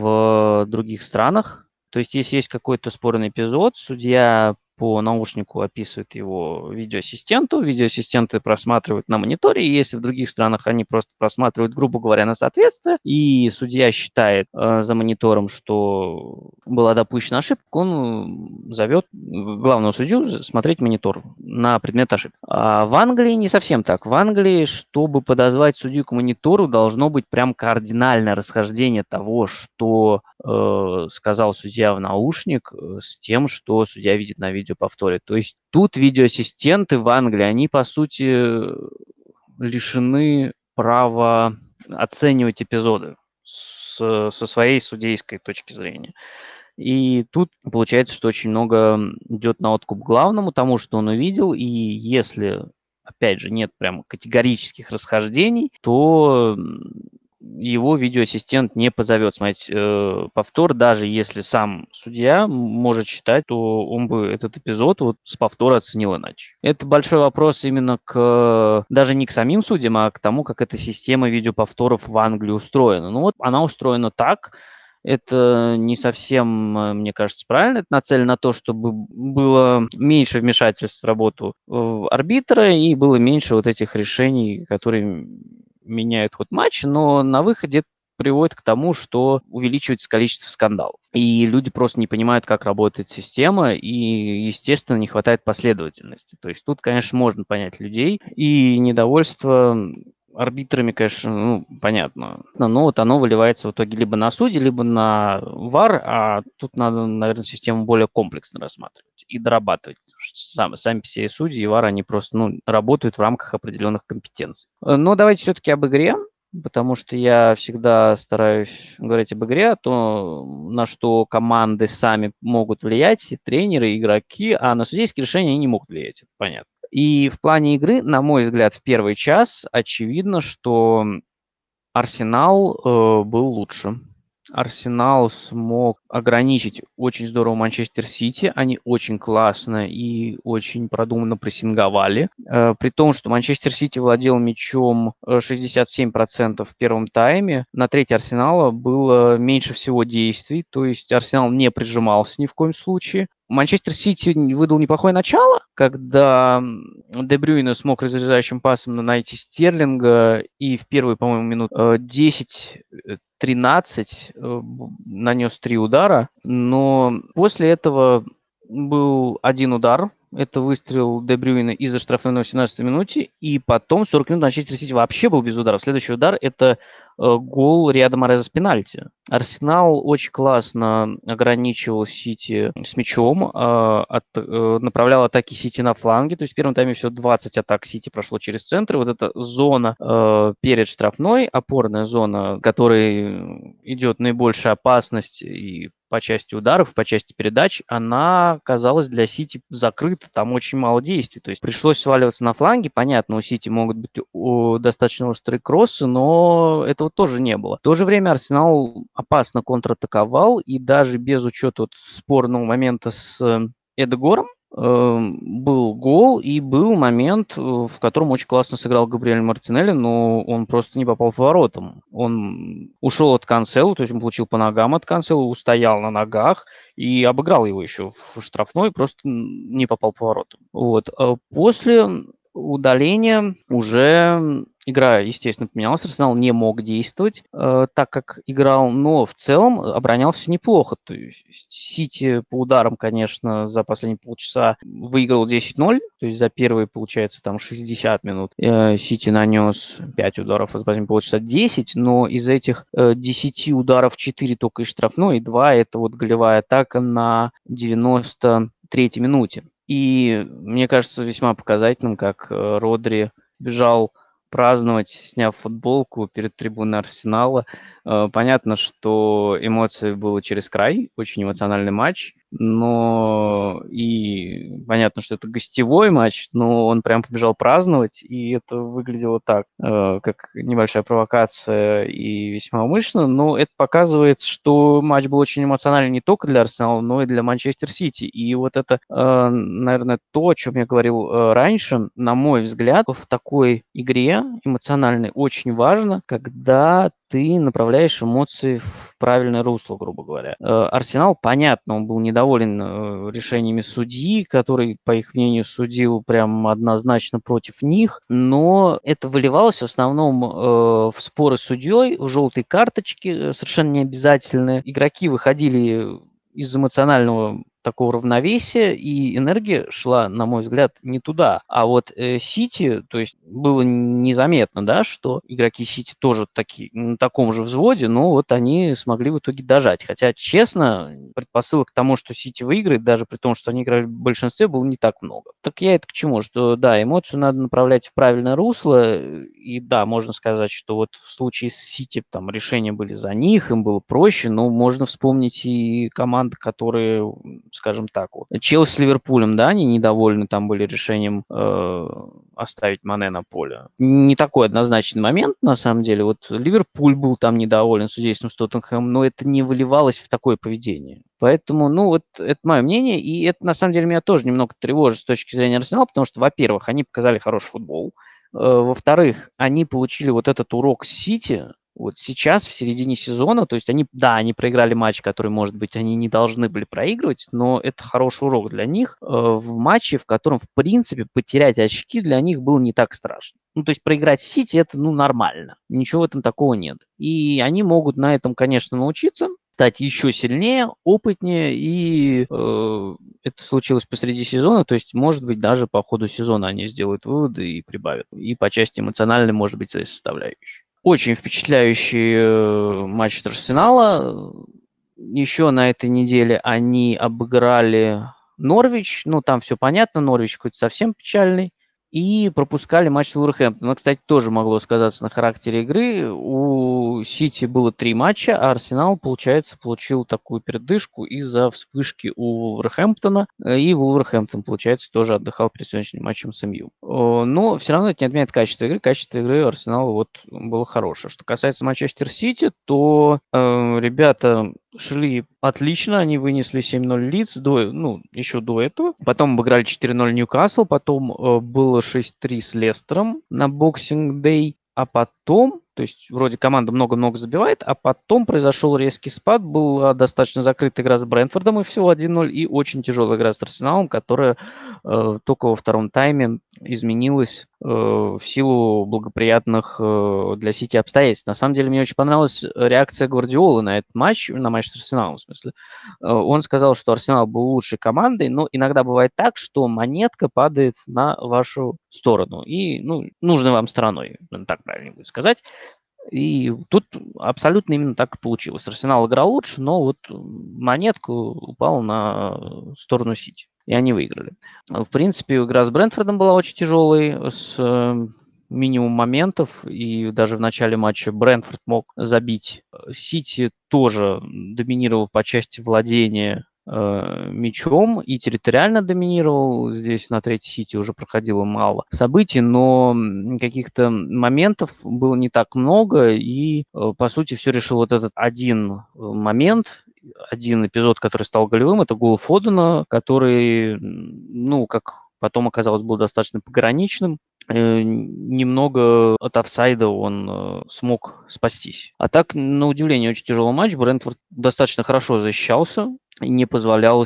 A: в других странах. То есть, если есть какой-то спорный эпизод, судья по наушнику описывает его видеоассистенту, видеоассистенты просматривают на мониторе, и если в других странах они просто просматривают, грубо говоря, на соответствие, и судья считает э, за монитором, что была допущена ошибка, он э, зовет главного судью смотреть монитор на предмет ошибки. А в Англии не совсем так. В Англии, чтобы подозвать судью к монитору, должно быть прям кардинальное расхождение того, что э, сказал судья в наушник, э, с тем, что судья видит на видеоповторе. То есть тут видеоассистенты в Англии, они, по сути, лишены права оценивать эпизоды с- со своей судейской точки зрения. И тут получается, что очень много идет на откуп главному, тому, что он увидел, и если, опять же, нет прям категорических расхождений, то м, его видеоассистент не позовет смотреть э, повтор, даже если сам судья м- может считать, то он бы этот эпизод вот с повтора оценил иначе. Это большой вопрос именно к даже не к самим судьям, а к тому, как эта система видеоповторов в Англии устроена. Ну вот она устроена так, Это не совсем, э, мне кажется, правильно. Это нацелено на то, чтобы было меньше вмешательств в работу э, арбитра и было меньше вот этих решений, которые меняют ход матча, но на выходе это приводит к тому, что увеличивается количество скандалов. И люди просто не понимают, как работает система, и, естественно, не хватает последовательности. То есть тут, конечно, можно понять людей, и недовольство арбитрами, конечно, ну, понятно. Но вот оно выливается в итоге либо на суде, либо на ВАР, а тут надо, наверное, систему более комплексно рассматривать и дорабатывать. Потому что сам, сами все судьи и ВАР, они просто ну, работают в рамках определенных компетенций. Но давайте все-таки об игре, потому что я всегда стараюсь говорить об игре, то, на что команды сами могут влиять, и тренеры, и игроки, а на судейские решения они не могут влиять, это понятно. И в плане игры, на мой взгляд, в первый час очевидно, что Арсенал э, был лучше. Арсенал смог ограничить очень здорово Манчестер Сити. Они очень классно и очень продуманно прессинговали. Э, при том, что Манчестер Сити владел мячом шестьдесят семь процентов в первом тайме. На треть Арсенала было меньше всего действий. То есть Арсенал не прижимался ни в коем случае. Манчестер Сити выдал неплохое начало, когда Де Брюйне смог разрезающим пасом найти Стерлинга и в первые, по-моему, минут десять-тринадцать нанес три удара, но после этого был один удар. Это выстрел Де Брюйне из-за штрафной на восемнадцатой минуте, и потом сорок минут Манчестер Сити вообще был без удара. Следующий удар – это гол Риада Мореза с пенальти. Арсенал очень классно ограничивал Сити с мячом, э, от, э, направлял атаки Сити на фланге. То есть в первом тайме всего двадцать атак Сити прошло через центр. Вот эта зона э, перед штрафной, опорная зона, в которой идет наибольшая опасность и по части ударов, по части передач, она казалась для Сити закрыта, там очень мало действий. То есть пришлось сваливаться на фланге. Понятно, у Сити могут быть о, достаточно острые кроссы, но этого тоже не было. В то же время Арсенал опасно контратаковал, и даже без учета вот спорного момента с Эдегором был гол и был момент, в котором очень классно сыграл Габриэль Мартинелли, но он просто не попал по воротам. Он ушел от Канцелу, то есть он получил по ногам от Канцелу, устоял на ногах и обыграл его еще в штрафной, просто не попал по воротам. Вот. После удаления уже игра, естественно, поменялась. Арсенал не мог действовать э, так, как играл, но в целом оборонялся неплохо. То есть Сити по ударам, конечно, за последние полчаса выиграл десять ноль. То есть за первые, получается, там шестьдесят минут э, Сити нанес пять ударов, а за последние полчаса десять. Но из этих э, десяти ударов четыре только из штрафной, и два это вот голевая атака на девяносто третьей минуте. И мне кажется весьма показательным, как Родри бежал праздновать, сняв футболку перед трибуной Арсенала. Понятно, что эмоции было через край, очень эмоциональный матч, но и понятно, что это гостевой матч, но он прям побежал праздновать, и это выглядело так, как небольшая провокация и весьма умышленно, но это показывает, что матч был очень эмоциональный не только для Арсенала, но и для Манчестер Сити. И вот это, наверное, то, о чем я говорил раньше, на мой взгляд, в такой игре эмоциональной очень важно, когда ты направляешь эмоции в правильное русло, грубо говоря. Арсенал, понятно, он был недоволен решениями судьи, который, по их мнению, судил прям однозначно против них, но это выливалось в основном в споры с судьей, в желтые карточки, совершенно необязательные. Игроки выходили из эмоционального такого равновесия, и энергия шла, на мой взгляд, не туда. А вот Сити, э, то есть было незаметно, да, что игроки Сити тоже таки, на таком же взводе, но вот они смогли в итоге дожать. Хотя, честно, предпосылок к тому, что Сити выиграет, даже при том, что они играли в большинстве, было не так много. Так я это к чему? Что, да, эмоцию надо направлять в правильное русло, и да, можно сказать, что вот в случае с Сити там решения были за них, им было проще, но можно вспомнить и команды, которые, скажем так, вот. Челси с Ливерпулем, да, они недовольны там были решением э, оставить Мане на поле. Не такой однозначный момент, на самом деле. Вот Ливерпуль был там недоволен судейством с Тоттенхэмом, но это не выливалось в такое поведение. Поэтому, ну, вот это мое мнение, и это, на самом деле, меня тоже немного тревожит с точки зрения Арсенала, потому что, во-первых, они показали хороший футбол, э, во-вторых, они получили вот этот урок Сити, Вот сейчас, в середине сезона, то есть они, да, они проиграли матч, который, может быть, они не должны были проигрывать, но это хороший урок для них э, в матче, в котором, в принципе, потерять очки для них было не так страшно. Ну, то есть проиграть Сити – это, ну, нормально. Ничего в этом такого нет. И они могут на этом, конечно, научиться, стать еще сильнее, опытнее, и э, это случилось посреди сезона, то есть, может быть, даже по ходу сезона они сделают выводы и прибавят. И по части эмоциональной, может быть, этой составляющей. Очень впечатляющий э, матч Арсенала. Еще на этой неделе они обыграли Норвич. Ну, там все понятно, Норвич какой-то совсем печальный. И пропускали матч с Вулверхэмптоном. Кстати, тоже могло сказаться на характере игры. У Сити было три матча, а Арсенал, получается, получил такую передышку из-за вспышки у Вулверхэмптона. И Вулверхэмптон, получается, тоже отдыхал перед сегодняшним матчем с МЮ. Но все равно это не отменяет качество игры. Качество игры Арсенала вот было хорошее. Что касается Манчестер Сити, то э, ребята шли отлично, они вынесли семь ноль Лидс, до, ну, еще до этого. Потом обыграли четыре ноль Ньюкасл, потом э, было шесть три с Лестером на Boxing Day, а потом, то есть вроде команда много-много забивает, а потом произошел резкий спад, была достаточно закрытая игра с Брентфордом и всего один ноль, и очень тяжелая игра с Арсеналом, которая э, только во втором тайме изменилась э, в силу благоприятных э, для Сити обстоятельств. На самом деле мне очень понравилась реакция Гвардиолы на этот матч, на матч с Арсеналом, в смысле. Э, он сказал, что Арсенал был лучшей командой, но иногда бывает так, что монетка падает на вашу сторону, и ну, нужной вам стороной, так правильно будет сказать. И тут абсолютно именно так и получилось. Арсенал играл лучше, но вот монетка упала на сторону Сити, и они выиграли. В принципе, игра с Брентфордом была очень тяжелой, с минимум моментов, и даже в начале матча Брентфорд мог забить. Сити тоже доминировал по части владения э, мячом и территориально доминировал. Здесь на третьей Сити уже проходило мало событий, но каких-то моментов было не так много, и э, по сути все решил вот этот один момент, один эпизод, который стал голевым, это гол Фодена, который, ну, как потом оказалось, был достаточно пограничным. Э, немного от офсайда он э, смог спастись. А так, на удивление, очень тяжелый матч. Брентфорд достаточно хорошо защищался, не позволял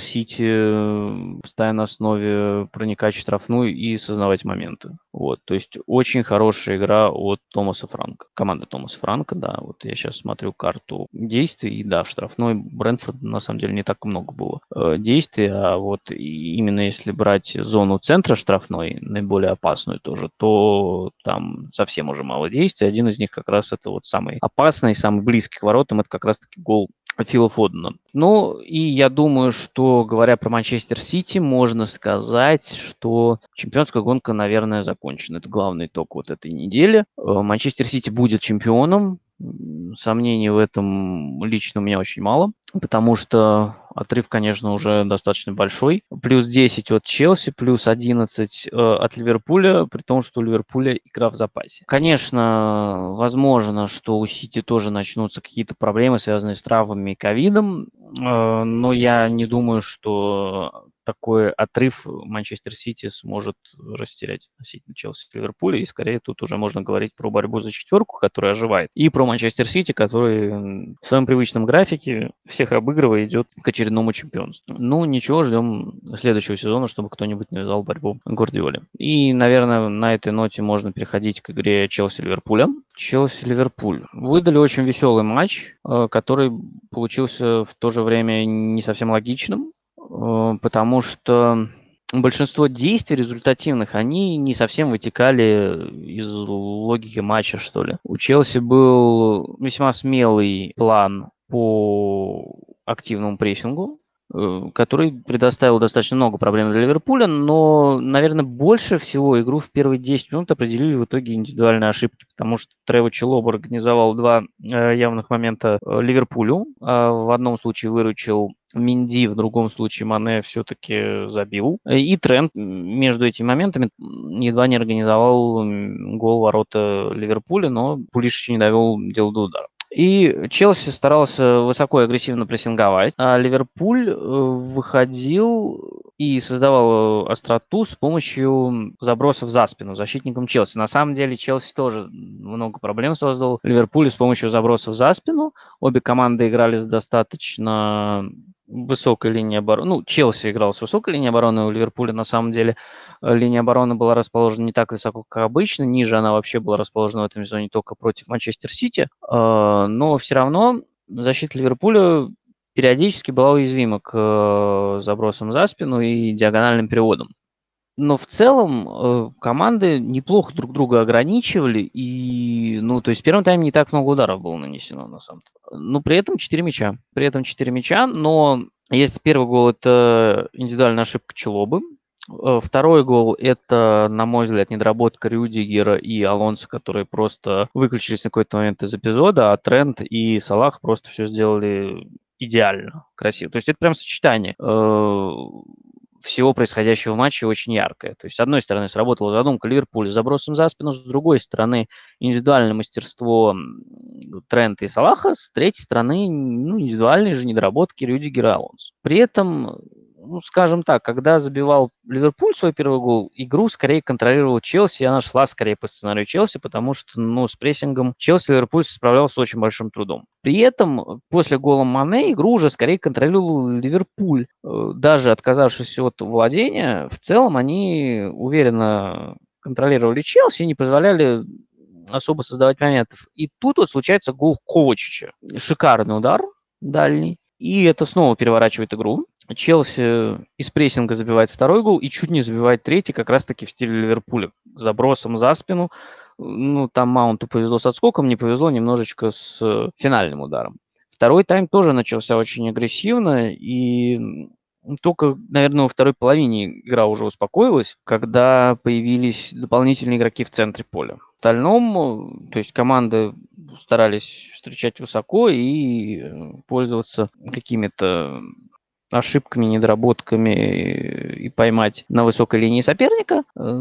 A: Сити постоянно на основе проникать в штрафную и создавать моменты. Вот, то есть очень хорошая игра от Томаса Франка. Команда Томаса Франка, да. Вот я сейчас смотрю карту действий, и да, в штрафной Брентфорд на самом деле не так много было э, действий, а вот именно если брать зону центра штрафной, наиболее опасную тоже, то там совсем уже мало действий. Один из них как раз это вот самый опасный, самый близкий к воротам, это как раз-таки гол Фила Фодена. Ну, и я думаю, что, говоря про Манчестер Сити, можно сказать, что чемпионская гонка, наверное, закончена. Это главный итог вот этой недели. Манчестер Сити будет чемпионом. Сомнений в этом лично у меня очень мало, потому что отрыв, конечно, уже достаточно большой. Плюс десять от Челси, плюс одиннадцать э, от Ливерпуля, при том, что у Ливерпуля игра в запасе. Конечно, возможно, что у Сити тоже начнутся какие-то проблемы, связанные с травмами и ковидом, э, но я не думаю, что такой отрыв Манчестер Сити сможет растерять относительно Челси и Ливерпуля, и скорее тут уже можно говорить про борьбу за четверку, которая оживает, и про Манчестер Сити, который в своем привычном графике всех обыгрывая идет к очередному чемпионству. Ну, ничего, ждем следующего сезона, чтобы кто-нибудь навязал борьбу Гвардиоле. И, наверное, на этой ноте можно переходить к игре Челси-Ливерпуля. Челси-Ливерпуль. Выдали очень веселый матч, который получился в то же время не совсем логичным, потому что большинство действий результативных, они не совсем вытекали из логики матча, что ли. У Челси был весьма смелый план по активному прессингу, который предоставил достаточно много проблем для Ливерпуля, но, наверное, больше всего игру в первые десять минут определили в итоге индивидуальные ошибки, потому что Трево Чалоба организовал два явных момента Ливерпулю. В одном случае выручил Минди, в другом случае Мане все-таки забил. И Трент между этими моментами едва не организовал гол ворота Ливерпуля, но Пулишич не довел дело до удара. И Челси старался высоко и агрессивно прессинговать, а Ливерпуль выходил и создавал остроту с помощью забросов за спину защитникам Челси. На самом деле Челси тоже много проблем создал Ливерпулю с помощью забросов за спину. Обе команды играли с достаточно высокой линии обороны. Ну, Челси играл с высокой линией обороны, у Ливерпуля на самом деле линия обороны была расположена не так высоко, как обычно. Ниже она вообще была расположена в этом сезоне только против Манчестер Сити. Но все равно защита Ливерпуля периодически была уязвима к забросам за спину и диагональным переводам. Но в целом э, команды неплохо друг друга ограничивали, и, ну, то есть в первом тайме не так много ударов было нанесено, на самом деле. Но при этом четыре мяча. При этом четыре мяча, но если первый гол – это индивидуальная ошибка Чалобы, э, второй гол – это, на мой взгляд, недоработка Рюдигера и Алонсо, которые просто выключились на какой-то момент из эпизода, а Трент и Салах просто все сделали идеально, красиво. То есть это прям сочетание э, всего происходящего в матче очень яркое. То есть, с одной стороны, сработала задумка Ливерпуля с забросом за спину, с другой стороны, индивидуальное мастерство Трента и Салаха, с третьей стороны, ну, индивидуальные же недоработки Рюдигера и Алонсо. При этом, ну, скажем так, когда забивал Ливерпуль свой первый гол, игру скорее контролировал Челси, и она шла скорее по сценарию Челси, потому что, ну, с прессингом Челси Ливерпуль справлялся с очень большим трудом. При этом после гола Мане игру уже скорее контролировал Ливерпуль. Даже отказавшись от владения, в целом они уверенно контролировали Челси и не позволяли особо создавать моментов. И тут вот случается гол Ковачича. Шикарный удар дальний. И это снова переворачивает игру. Челси из прессинга забивает второй гол и чуть не забивает третий, как раз-таки в стиле Ливерпуля. Забросом за спину. Ну, там Маунту повезло с отскоком, не повезло немножечко с финальным ударом. Второй тайм тоже начался очень агрессивно, и только, наверное, во второй половине игра уже успокоилась, когда появились дополнительные игроки в центре поля. В остальном, то есть команды старались встречать высоко и пользоваться какими-то ошибками, недоработками и поймать на высокой линии соперника,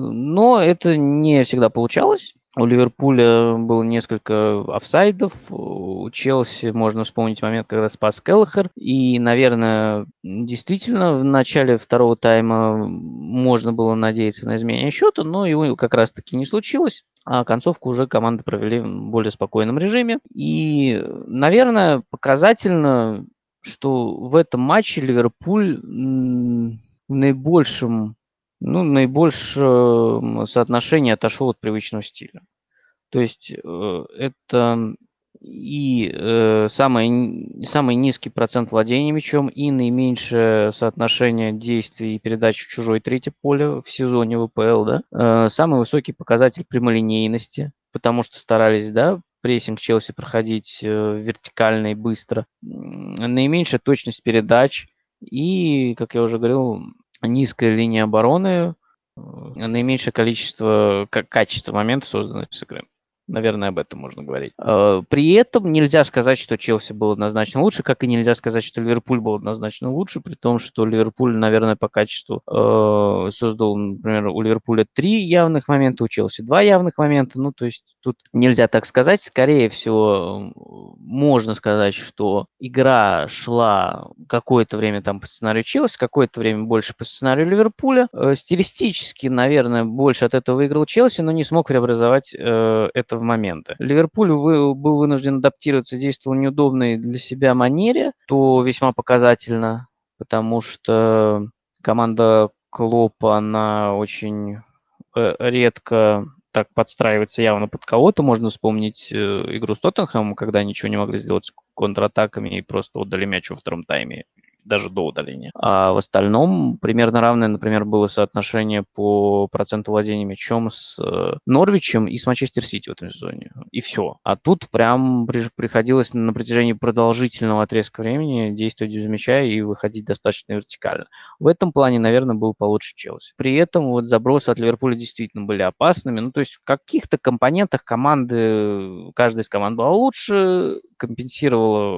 A: но это не всегда получалось. У Ливерпуля было несколько офсайдов, у Челси можно вспомнить момент, когда спас Келлахер, и, наверное, действительно в начале второго тайма можно было надеяться на изменение счета, но его как раз-таки не случилось. А концовку уже команды провели в более спокойном режиме. И, наверное, показательно, что в этом матче Ливерпуль в наибольшем, ну, наибольшем соотношении отошел от привычного стиля. То есть э, это и э, самый, самый низкий процент владения мячом, и наименьшее соотношение действий и передач в чужой третье поле в сезоне ВПЛ, да. Э, самый высокий показатель прямолинейности, потому что старались, да, прессинг Челси проходить э, вертикально и быстро. Наименьшая точность передач и, как я уже говорил, низкая линия обороны, э, наименьшее количество, как, качество моментов, созданных с игры. Наверное, об этом можно говорить. При этом нельзя сказать, что Челси был однозначно лучше, как и нельзя сказать, что Ливерпуль был однозначно лучше, при том, что Ливерпуль, наверное, по качеству э, создал, например, у Ливерпуля три явных момента, у Челси два явных момента. Ну, то есть тут нельзя так сказать. Скорее всего, можно сказать, что игра шла какое-то время там по сценарию Челси, какое-то время больше по сценарию Ливерпуля. Э, стилистически, наверное, больше от этого выиграл Челси, но не смог преобразовать э, это в моменты. Ливерпуль вы, был вынужден адаптироваться, действовал в неудобной для себя манере, то весьма показательно, потому что команда Клопа, она очень э, редко так подстраивается явно под кого-то. Можно вспомнить э, игру с Тоттенхэмом, когда ничего не могли сделать с контратаками и просто отдали мяч во втором тайме, даже до удаления. А в остальном примерно равное, например, было соотношение по проценту владения мячом с э, Норвичем и с Манчестер Сити в этом сезоне. И все. А тут прям при, приходилось на протяжении продолжительного отрезка времени действовать без мяча и выходить достаточно вертикально. В этом плане, наверное, был получше Челси. При этом вот забросы от Ливерпуля действительно были опасными. Ну, то есть в каких-то компонентах команды, каждая из команд была лучше, компенсировала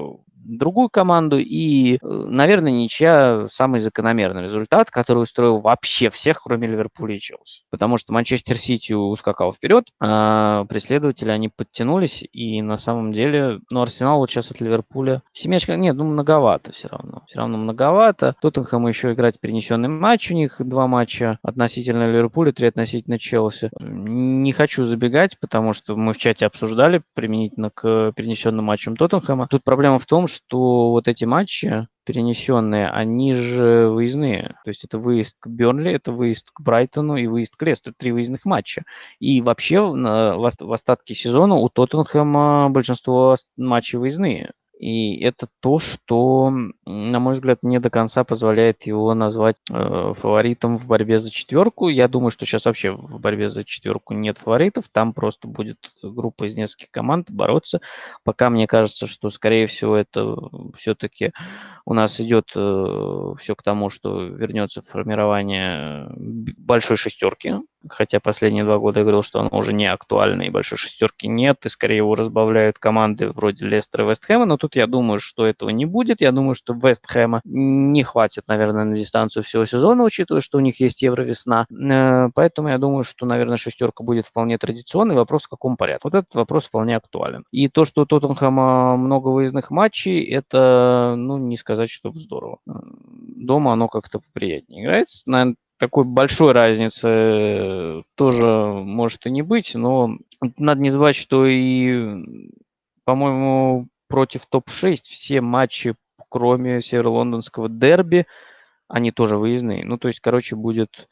A: другую команду. И, наверное, ничья – самый закономерный результат, который устроил вообще всех, кроме Ливерпуля и Челси. Потому что Манчестер Сити ускакал вперед, а преследователи, они подтянулись. И на самом деле, ну, Арсенал вот сейчас от Ливерпуля семечка, нет, ну, многовато все равно. Все равно многовато. Тоттенхэму еще играть перенесенный матч, у них два матча относительно Ливерпуля, три относительно Челси. Не хочу забегать, потому что мы в чате обсуждали применительно к перенесенным матчам Тоттенхэма. Тут проблема в том, что вот эти матчи перенесенные, они же выездные. То есть это выезд к Бернли, это выезд к Брайтону и выезд к Лестеру. Это три выездных матча. И вообще в остатке сезона у Тоттенхэма большинство матчей выездные. И это то, что, на мой взгляд, не до конца позволяет его назвать э, фаворитом в борьбе за четверку. Я думаю, что сейчас вообще в борьбе за четверку нет фаворитов. Там просто будет группа из нескольких команд бороться. Пока мне кажется, что, скорее всего, это все-таки у нас идет э, все к тому, что вернется формирование большой шестерки. Хотя последние два года я говорил, что оно уже не актуально, и большой шестерки нет, и скорее его разбавляют команды вроде Лестера и Вест Хэма, но тут я думаю, что этого не будет. Я думаю, что Вест Хэма не хватит, наверное, на дистанцию всего сезона, учитывая, что у них есть Евровесна. Поэтому я думаю, что, наверное, шестерка будет вполне традиционной. Вопрос, в каком порядке. Вот этот вопрос вполне актуален. И то, что у Тоттенхэма много выездных матчей, это, ну, не сказать, что здорово. Дома оно как-то поприятнее играется. Наверное, такой большой разницы тоже может и не быть, но надо не забывать, что и, по-моему, против топ шесть все матчи, кроме северо-лондонского дерби, они тоже выездные. Ну, то есть, короче, будет,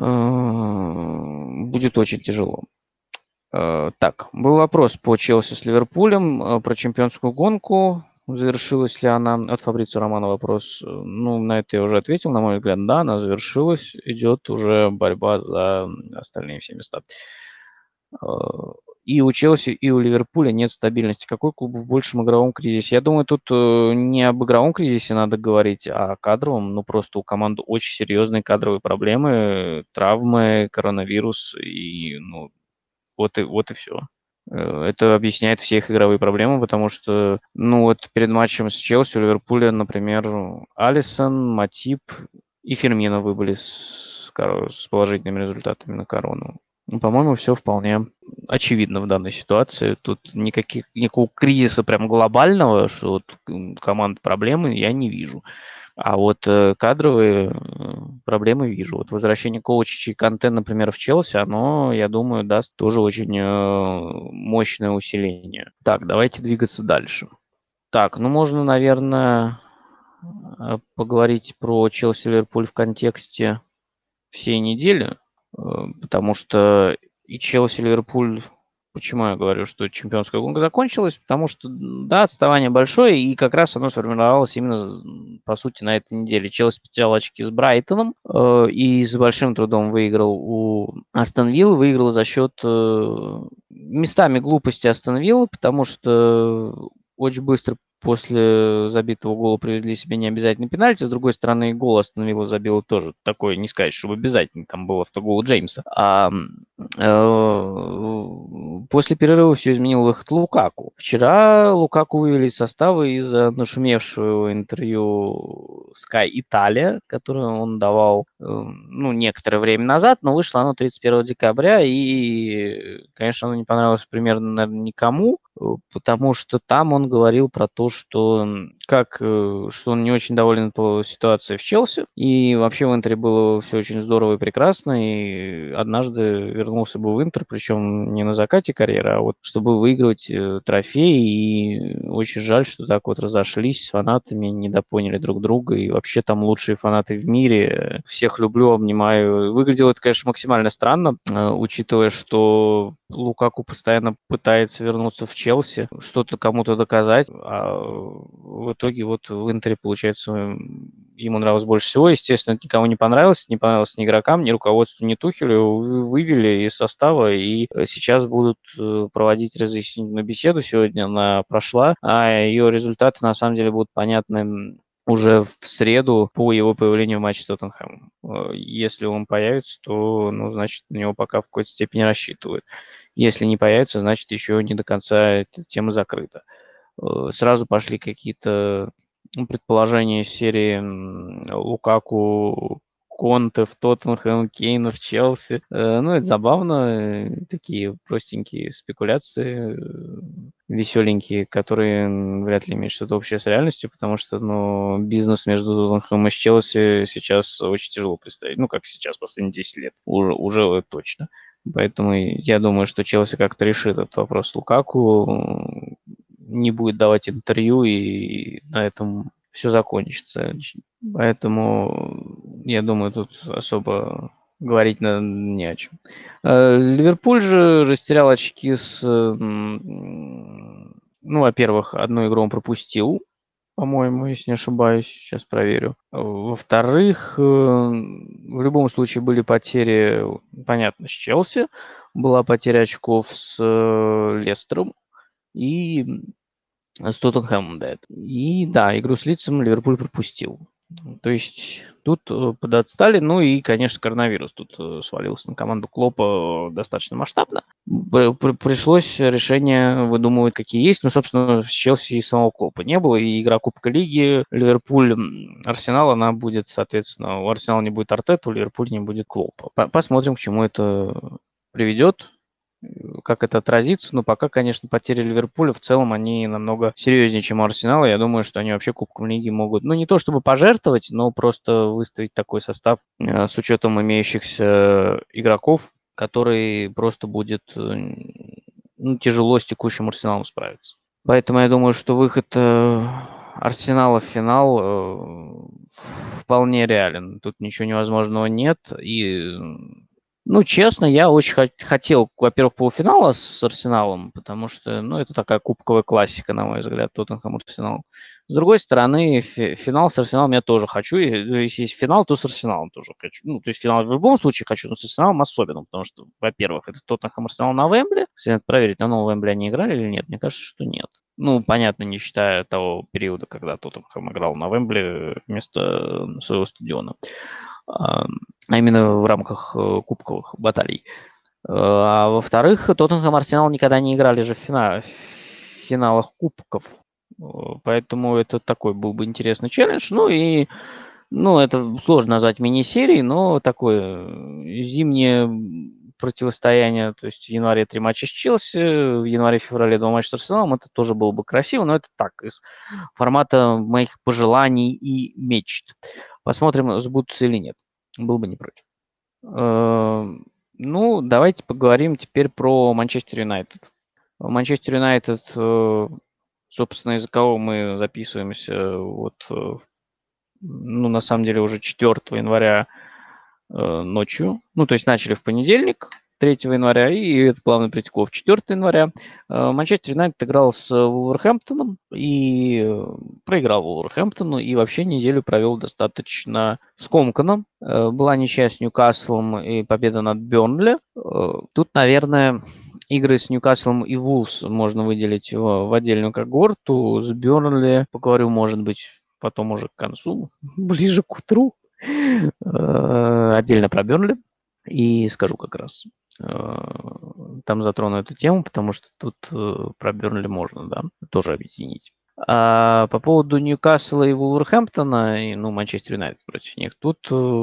A: будет очень тяжело. Так, был вопрос по Челси с Ливерпулем про чемпионскую гонку. Завершилась ли она? От Фабрицио Романо вопрос. Ну, на это я уже ответил, на мой взгляд, да, она завершилась. Идет уже борьба за остальные все места. И у Челси, и у Ливерпуля нет стабильности. Какой клуб в большем игровом кризисе? Я думаю, тут не об игровом кризисе надо говорить, а о кадровом. Ну, просто у команды очень серьезные кадровые проблемы, травмы, коронавирус, и, ну, вот и, вот и все. Это объясняет все их игровые проблемы, потому что, ну вот перед матчем с Челси у Ливерпуля, например, Алисон, Матип и Фермино выбыли с, с положительными результатами на корону. Ну, по-моему, все вполне очевидно в данной ситуации. Тут никаких, никакого кризиса прям глобального, что вот команда проблемы, я не вижу. А вот э, кадровые э, проблемы вижу. Вот возвращение Ковачича и Канте, например, в Челси, оно, я думаю, даст тоже очень э, мощное усиление. Так, давайте двигаться дальше. Так, ну можно, наверное, поговорить про Челси-Ливерпуль в контексте всей недели, э, потому что и Челси-Ливерпуль... Почему я говорю, что чемпионская гонка закончилась? Потому что, да, отставание большое, и как раз оно сформировалось именно, по сути, на этой неделе. Челси потерял очки с Брайтоном э, и с большим трудом выиграл у Астон Виллы. Выиграл за счет э, местами глупости Астон Виллы, потому что очень быстро после забитого гола привезли себе необязательный пенальти. С другой стороны, гол Астон Вилла забила тоже такой, не сказать, чтобы обязательно. Там был автогол Джеймса. А э, после перерыва все изменил выход Лукаку. Вчера Лукаку вывели из состава из-за нашумевшего интервью Sky Italia, которое он давал э, ну, некоторое время назад, но вышло оно тридцать первого декабря, и, конечно, оно не понравилось примерно, наверное, никому, потому что там он говорил про то, что как, что он не очень доволен по ситуации в Челси, и вообще в Интере было все очень здорово и прекрасно, и однажды вернулся бы в Интер, причем не на закате карьеры, а вот чтобы выигрывать трофей, и очень жаль, что так вот разошлись с фанатами, недопоняли друг друга, и вообще там лучшие фанаты в мире, всех люблю, обнимаю. Выглядело это, конечно, максимально странно, учитывая, что Лукаку постоянно пытается вернуться в Челси, что-то кому-то доказать, а в итоге вот в Интере, получается, ему нравилось больше всего. Естественно, это никому не понравилось, не понравилось ни игрокам, ни руководству, ни Тухелю. Вывели из состава, и сейчас будут проводить разъяснительную беседу. Сегодня она прошла, а ее результаты, на самом деле, будут понятны уже в среду по его появлению в матче с Тоттенхэмом. Если он появится, то, ну, значит, на него пока в какой-то степени рассчитывают. Если не появится, значит, еще не до конца эта тема закрыта. сразу пошли какие-то предположения из серии Лукаку, Конте в Тоттенхэм, Кейна в Челси. Ну, это забавно. Такие простенькие спекуляции, веселенькие, которые вряд ли имеют что-то общее с реальностью, потому что, ну, бизнес между Тоттенхэмом и Челси сейчас очень тяжело представить. Ну, как сейчас, последние десять лет. Уже, уже точно. Поэтому я думаю, что Челси как-то решит этот вопрос с Лукаку, не будет давать интервью, и на этом все закончится. Поэтому я думаю, тут особо говорить не о чем. Ливерпуль же растерял очки с... Ну, во-первых, одну игру он пропустил, по-моему, если не ошибаюсь, сейчас проверю. Во-вторых, в любом случае были потери, понятно, с Челси, была потеря очков с Лестером и с Тоттенхэмом, да. И да, игру с Лидсом Ливерпуль пропустил. То есть тут подотстали, ну и, конечно, коронавирус тут свалился на команду Клопа достаточно масштабно. Пришлось решение выдумывать, какие есть. Ну, собственно, с Челси и самого Клопа не было. И игра Кубка Лиги, Ливерпуль, Арсенал, она будет, соответственно, у Арсенала не будет Артета, у Ливерпуля не будет Клопа. Посмотрим, к чему это приведет, как это отразится. Но пока, конечно, потери Ливерпуля в целом, они намного серьезнее, чем у Арсенала. Я думаю, что они вообще Кубком Лиги могут, ну, не то чтобы пожертвовать, но просто выставить такой состав э, с учетом имеющихся игроков, который просто будет ну, тяжело с текущим Арсеналом справиться. Поэтому я думаю, что выход э, Арсенала в финал э, вполне реален. Тут ничего невозможного нет. И ну, честно, я очень хотел, во-первых, полуфинала с Арсеналом, потому что, ну, это такая кубковая классика, на мой взгляд, Тоттенхэм-Арсенал. С другой стороны, финал с Арсеналом я тоже хочу. Если есть финал, то с Арсеналом тоже хочу. Ну, то есть финал в любом случае хочу, но с Арсеналом особенно, потому что, во-первых, это Тоттенхэм-Арсенал на Вембле. Если надо проверить, на новом Вембле они играли или нет. Мне кажется, что нет. Ну, понятно, не считая того периода, когда Тоттенхэм играл на Вембле вместо своего стадиона. А именно в рамках кубковых баталий. А во-вторых, Тоттенхэм и Арсенал никогда не играли же в, фина... в финалах кубков. Поэтому это такой был бы интересный челлендж. Ну и ну, это сложно назвать мини-серией, но такое зимнее противостояние. То есть в январе три матча с Челси, в январе-феврале два матча с Арсеналом. Это тоже было бы красиво, но это так, из формата моих пожеланий и мечт. Посмотрим, сбудутся или нет. Был бы не против. Ну, давайте поговорим теперь про Манчестер Юнайтед. Манчестер Юнайтед, собственно, из-за кого мы записываемся, вот, ну, на самом деле, уже четвёртого января ночью. Ну, то есть начали в понедельник, третьего января, и это плавно перетекло в четвёртого января. Манчестер Юнайтед играл с Вулверхэмптоном и проиграл Вулверхэмптону, и вообще неделю провел достаточно скомканно. Была ничья с Ньюкаслом и победа над Бернли. Тут, наверное, игры с Ньюкаслом и Вулвс можно выделить в, в отдельную когорту. С Бернли поговорю, может быть, потом уже к концу, ближе к утру. Отдельно про Бернли. И скажу как раз. Там затрону эту тему, потому что тут про Бернли можно, да, тоже объединить. А по поводу Ньюкасла и Вулверхэмптона, и, ну, Манчестер Юнайтед против них, тут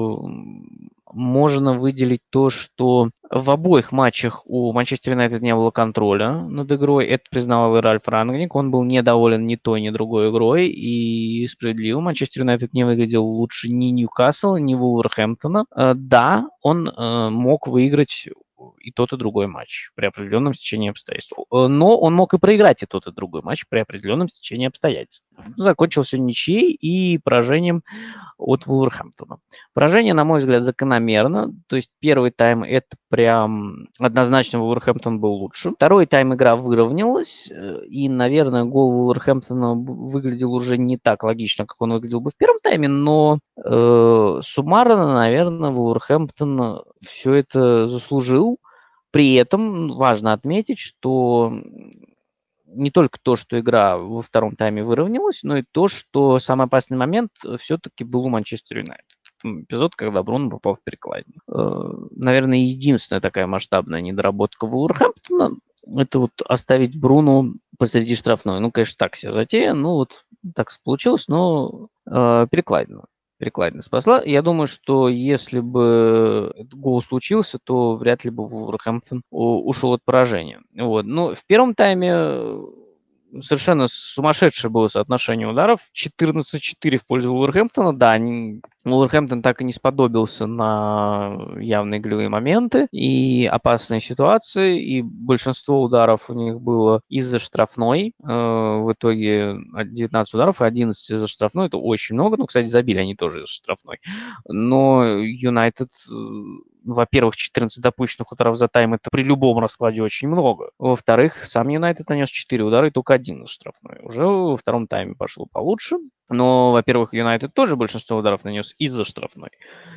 A: можно выделить то, что в обоих матчах у Манчестер Юнайтед не было контроля над игрой. Это признавал и Ральф Рангник. Он был недоволен ни той, ни другой игрой. И справедливо, Манчестер Юнайтед не выглядел лучше ни Ньюкасла, ни Вулверхэмптона. Да, он мог выиграть и тот, и другой матч при определенном стечении обстоятельств. Но он мог и проиграть и тот, и другой матч при определенном стечении обстоятельств. Закончился ничьей и поражением от Вулверхэмптона. Поражение, на мой взгляд, закономерно. То есть первый тайм это прям однозначно Вулверхэмптон был лучше. Второй тайм игра выровнялась. И, наверное, гол Вулверхэмптона выглядел уже не так логично, как он выглядел бы в первом тайме. Но э, суммарно, наверное, Вулверхэмптон все это заслужил. При этом важно отметить, что не только то, что игра во втором тайме выровнялась, но и то, что самый опасный момент все-таки был у Манчестер Юнайтед. Эпизод, когда Бруно попал в перекладину. Наверное, единственная такая масштабная недоработка Вулверхэмптона. это вот оставить Бруну посреди штрафной. Ну, конечно, так себе затея, ну вот так получилось, но э, перекладина. Перекладина спасла. Я думаю, что если бы этот гол случился, то вряд ли бы Вулверхэмптон ушел от поражения. Вот. Но в первом тайме совершенно сумасшедшее было соотношение ударов. четырнадцать четыре в пользу Вулверхэмптона. Да, они, Вулверхэмптон так и не сподобился на явные голевые моменты и опасные ситуации, и большинство ударов у них было из-за штрафной. В итоге девятнадцать ударов и одиннадцать из-за штрафной. Это очень много. Ну, кстати, забили они тоже из-за штрафной. Но Юнайтед... Во-первых, четырнадцать допущенных ударов за тайм – это при любом раскладе очень много. Во-вторых, сам Юнайтед нанес четыре удара и только один из штрафной. Уже во втором тайме пошло получше. Но, во-первых, Юнайтед тоже большинство ударов нанес из-за штрафной.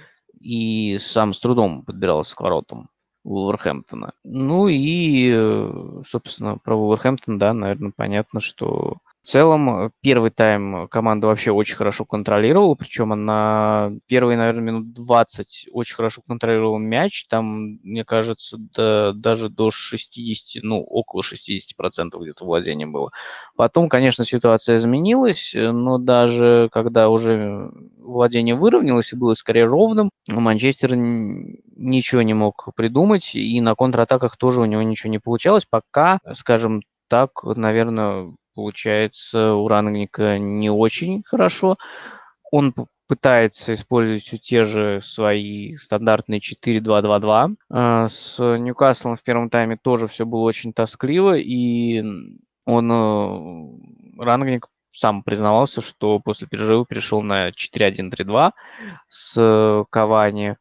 A: И сам с трудом подбирался к воротам Вулверхэмптона. Ну и, собственно, про Вулверхэмптон, да, наверное, понятно, что... В целом, первый тайм команда вообще очень хорошо контролировала, причем она первые, наверное, минут двадцать очень хорошо контролировала мяч, там, мне кажется, до, даже до шестидесяти, ну, около шестидесяти процентов где-то владения было. Потом, конечно, ситуация изменилась, но даже когда уже владение выровнялось и было скорее ровным, Манчестер ничего не мог придумать, и на контратаках тоже у него ничего не получалось, пока, скажем так, наверное... Получается, у Рангника не очень хорошо. Он пытается использовать все те же свои стандартные четыре два два два. С Ньюкаслом в первом тайме тоже все было очень тоскливо, и он, Рангник, сам признавался, что после перерыва перешел на четыре один три два с Кавани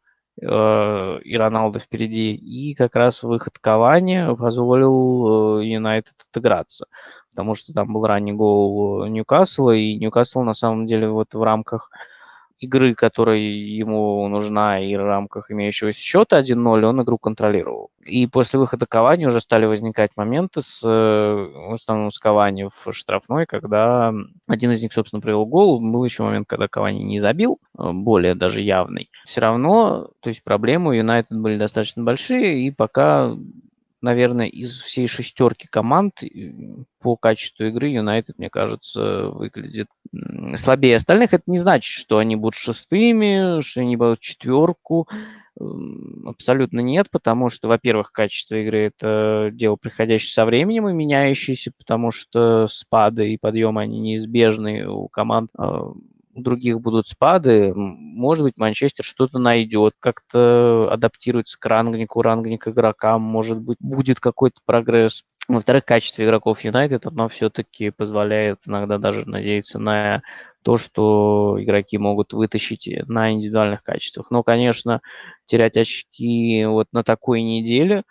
A: и Роналдо впереди, и как раз выход Кавани позволил Юнайтед отыграться, потому что там был ранний гол Ньюкасла, и Ньюкасл на самом деле вот в рамках игры, которая ему нужна, и в рамках имеющегося счета один ноль, он игру контролировал. И после выхода Кавани уже стали возникать моменты, с, в основном с Кавани в штрафной, когда один из них, собственно, провел гол. Был еще момент, когда Кавани не забил, более даже явный. Все равно, то есть проблемы у Юнайтед были достаточно большие, и пока... Наверное, из всей шестерки команд по качеству игры Юнайтед, мне кажется, выглядит слабее остальных. Это не значит, что они будут шестыми, что они будут четверку. Абсолютно нет, потому что, во-первых, качество игры – это дело, приходящее со временем и меняющееся, потому что спады и подъемы, они неизбежны у команд. У других будут спады, может быть, Манчестер что-то найдет, как-то адаптируется к рангнику, рангник игрокам, может быть, будет какой-то прогресс. Во-вторых, качество игроков Юнайтед, оно все-таки позволяет иногда даже надеяться на то, что игроки могут вытащить на индивидуальных качествах. Но, конечно, терять очки вот на такой неделе,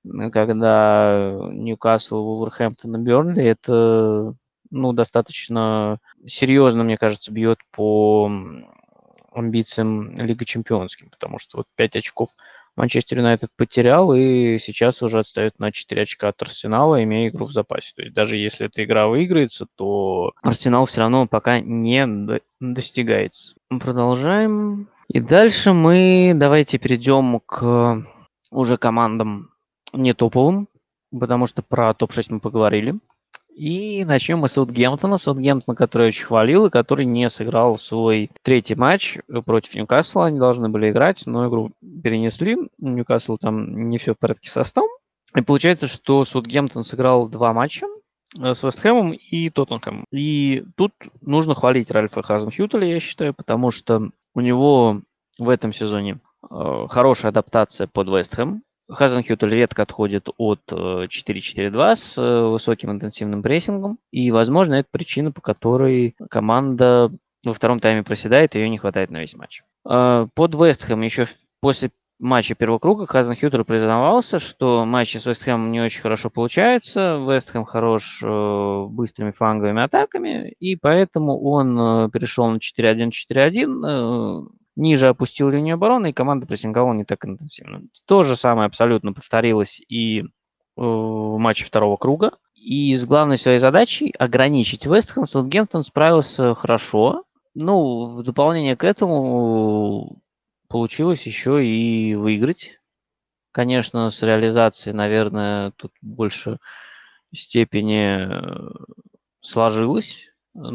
A: когда Ньюкасл, Вулверхэмптон и Бернли, это... ну, достаточно серьезно, мне кажется, бьет по амбициям Лиги Чемпионским, потому что вот пять очков Манчестер Юнайтед потерял и сейчас уже отстает на четыре очка от Арсенала, имея игру в запасе. То есть даже если эта игра выиграется, то Арсенал все равно пока не достигается. Продолжаем. И дальше мы давайте перейдем к уже командам не топовым, потому что про топ шесть мы поговорили. И начнем мы с Саутгемптона. Саутгемптон, который очень хвалил и который не сыграл свой третий матч против Ньюкасла. Они должны были играть, но игру перенесли. Ньюкасл там не все в порядке с составом. И получается, что Саутгемптон сыграл два матча с Вест Хэмом и Тоттенхэмом. И тут нужно хвалить Ральфа Хазенхютеля, я считаю, потому что у него в этом сезоне э, хорошая адаптация под Вест Хэм. Хазенхютель редко отходит от четыре четыре два с высоким интенсивным прессингом. И, возможно, это причина, по которой команда во втором тайме проседает, и ее не хватает на весь матч. Под Вест Хэм еще после матча первого круга Хазенхютель признавался, что матчи с Вест Хэмом не очень хорошо получаются. Вест Хэм хорош быстрыми фланговыми атаками, и поэтому он перешел на четыре один четыре один, ниже опустил линию обороны, и команда прессинговала не так интенсивно. То же самое абсолютно повторилось и в матче второго круга. И с главной своей задачей ограничить Вест Хэм Саутгемптон справился хорошо. Ну, в дополнение к этому получилось еще и выиграть конечно, с реализацией, наверное, тут больше степени э, сложилось,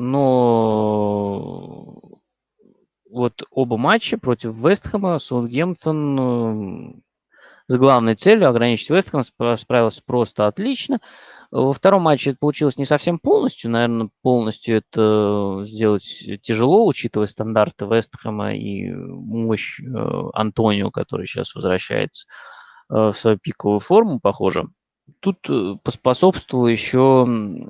A: но вот оба матча против Вестхэма Саутгемптон э, с главной целью ограничить Вестхэм спра- справился просто отлично. Во втором матче это получилось не совсем полностью. Наверное, полностью это сделать тяжело, учитывая стандарты Вестхэма и мощь э, Антонио, который сейчас возвращается э, в свою пиковую форму, похоже. Тут э, поспособствовало еще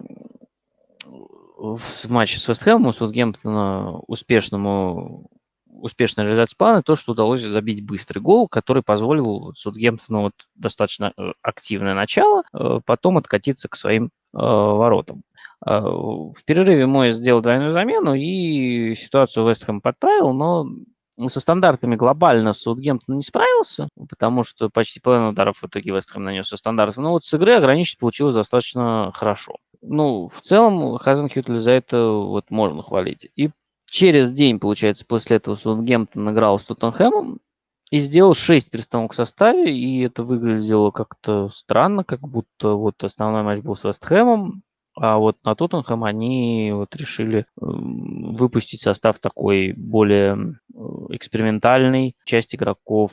A: в матче с Вестхэмом у Саутгемптона успешному успешной реализации плана то, что удалось забить быстрый гол, который позволил Саутгемптону вот достаточно э, активное начало, э, потом откатиться к своим э, воротам. Э, В перерыве Мой сделал двойную замену и ситуацию Вестхэм подправил, но со стандартами глобально Саутгемптон не справился, потому что почти половину ударов в итоге Вестхэм нанес со стандартов. Но вот с игры ограничить получилось достаточно хорошо. Ну, в целом, Хазенхютля за это вот можно хвалить. И через день, получается, после этого Саутгемптон играл с Тоттенхэмом и сделал шесть перестановок в составе, и это выглядело как-то странно, как будто вот основной матч был с Вестхэмом, а вот на Тоттенхэм они вот решили м, выпустить состав такой более э, экспериментальный, часть игроков,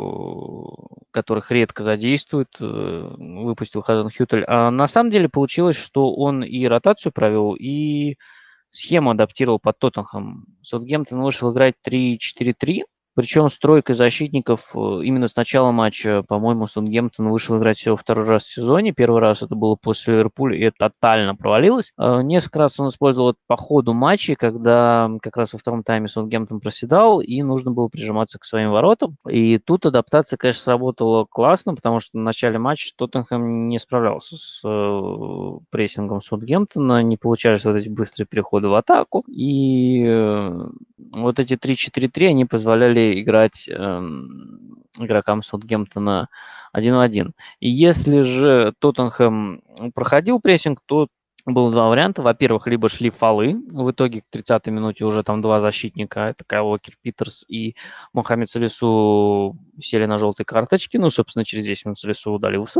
A: э, которых редко задействуют, э, выпустил Хазенхютель. А на самом деле получилось, что он и ротацию провел, и схему адаптировал под Тоттенхэм. Саутгемптон вышел играть три четыре три, причем с тройкой защитников э, именно с начала матча, по-моему, Саутгемптон вышел играть всего второй раз в сезоне. Первый раз это было после Ливерпуля, и это тотально провалилось. Э, Несколько раз он использовал это по ходу матча, когда как раз во втором тайме Саутгемптон проседал, и нужно было прижиматься к своим воротам. И тут адаптация, конечно, сработала классно, потому что в начале матча Тоттенхэм не справлялся с э, прессингом Саутгемптона, не получались вот эти быстрые переходы в атаку, и э, вот эти три четыре три, они позволяли играть эм, игрокам Саутгемптона один в один. И если же Тоттенхэм проходил прессинг, то было два варианта. Во-первых, либо шли фолы. В итоге к тридцатой минуте уже там два защитника, это Кайл Уокер Питерс и Мохаммед Салису, сели на желтые карточки. Ну, собственно, через десять минут Салису удалился.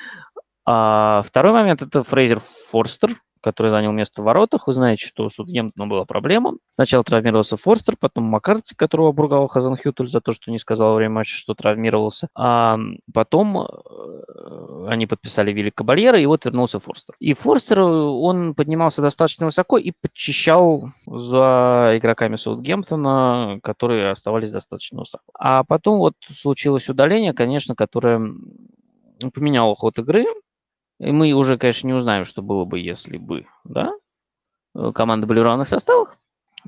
A: А второй момент – это Фрейзер Форстер, который занял место в воротах. Вы знаете, что у Саутгемптона была проблема. Сначала травмировался Форстер, потом Маккарти, которого обругал Хазенхютель за то, что не сказал во время матча, что травмировался. А потом э, они подписали Вилли Кабальера, и вот вернулся Форстер. И Форстер, он поднимался достаточно высоко и подчищал за игроками Саутгемптона, которые оставались достаточно высоко. А потом вот случилось удаление, конечно, которое поменяло ход игры. И мы уже, конечно, не узнаем, что было бы, если бы, да, э, команды были в равных составах.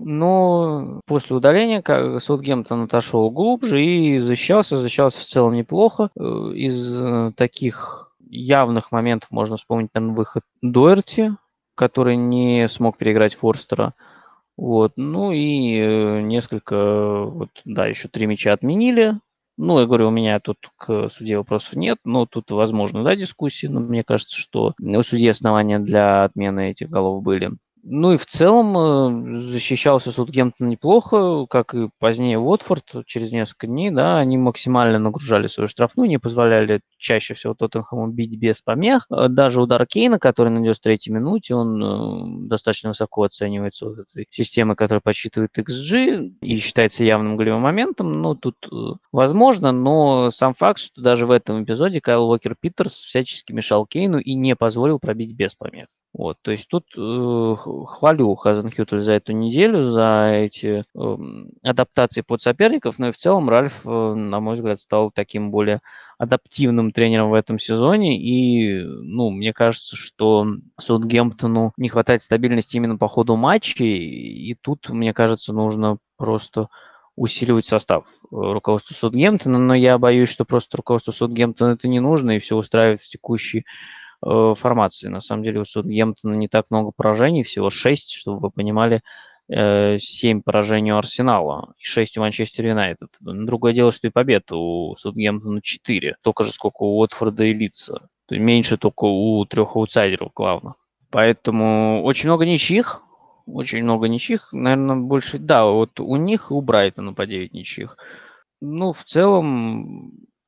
A: Но после удаления как Саутгемптон отошел глубже и защищался, защищался в целом неплохо. Э, Из э, таких явных моментов можно вспомнить, наверное, выход Дуэрти, который не смог переиграть Форстера. Вот. Ну и э, несколько, вот, да, еще три мяча отменили. Ну, я говорю, у меня тут к судье вопросов нет, но тут возможно, да, дискуссии, но мне кажется, что у судьи основания для отмены этих голов были. Ну и в целом э, защищался Саутгемптон неплохо, как и позднее Уотфорд через несколько дней, да, они максимально нагружали свою штрафную, не позволяли чаще всего Тоттенхэму бить без помех. Э, Даже удар Кейна, который нанес в третьей минуте, он э, достаточно высоко оценивается вот этой системой, которая подсчитывает икс джи и считается явным голевым моментом. Ну, тут э, возможно, но сам факт, что даже в этом эпизоде Кайл Уокер Питерс всячески мешал Кейну и не позволил пробить без помех. Вот, то есть тут э, хвалю Хазенхютель за эту неделю, за эти э, адаптации под соперников, но и в целом Ральф, э, на мой взгляд, стал таким более адаптивным тренером в этом сезоне, и, ну, мне кажется, что Саутгемптону не хватает стабильности именно по ходу матчей, и тут, мне кажется, нужно просто усиливать состав руководства Саутгемптона, но я боюсь, что просто руководству Саутгемптона это не нужно, и все устраивает в текущей э, формации. На самом деле у Саутгемптона не так много поражений, всего шесть, чтобы вы понимали, э, семь поражений у Арсенала и шесть у Манчестер Юнайтед. Другое дело, что и побед у Саутгемптона четыре, столько же, сколько у Уотфорда и Лидса. Меньше только у трех аутсайдеров главных. Поэтому очень много ничьих, очень много ничьих. Наверное, больше, да, вот у них и у Брайтона по девять ничьих. Ну, в целом,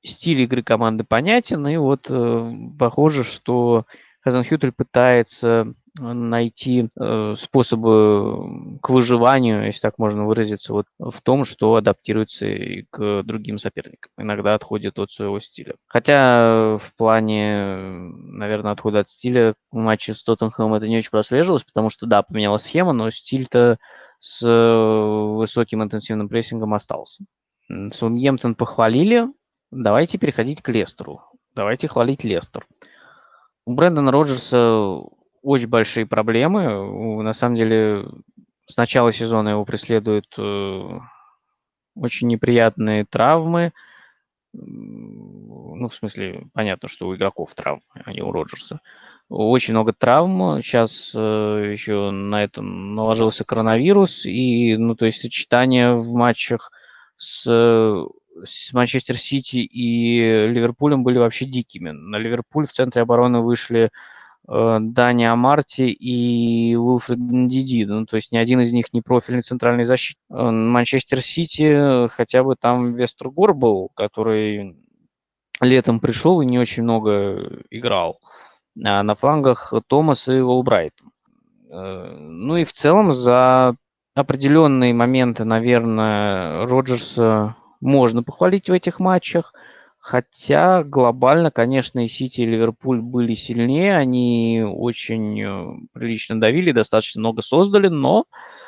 A: стиль игры команды понятен, и вот э, похоже, что Хазенхютель пытается найти э, способы к выживанию, если так можно выразиться, вот в том, что адаптируется и к другим соперникам. Иногда отходит от своего стиля. Хотя в плане, наверное, отхода от стиля в матче с Тоттенхэмом это не очень прослеживалось, потому что, да, поменялась схема, но стиль-то с высоким интенсивным прессингом остался. Саутгемптон похвалили. Давайте переходить к Лестеру. Давайте хвалить Лестер. У Брэндона Роджерса очень большие проблемы. На самом деле, с начала сезона его преследуют э, очень неприятные травмы. Ну, в смысле, понятно, что у игроков травмы, а не у Роджерса. Очень много травм. Сейчас э, еще на это наложился коронавирус. И, ну, то есть сочетание в матчах с, с Манчестер Сити и Ливерпулем были вообще дикими. На Ливерпуль в центре обороны вышли э, Дани Амарти и Уилфред Ндиди. Ну, то есть ни один из них не профильный центральный защитник. Манчестер Сити хотя бы там Вестергор был, который летом пришел и не очень много играл. А на флангах Томас и Олбрайт. Ну и в целом за определенные моменты, наверное, Роджерса можно похвалить в этих матчах. Хотя глобально, конечно, и Сити, и Ливерпуль были сильнее. Они очень прилично давили, достаточно много создали, но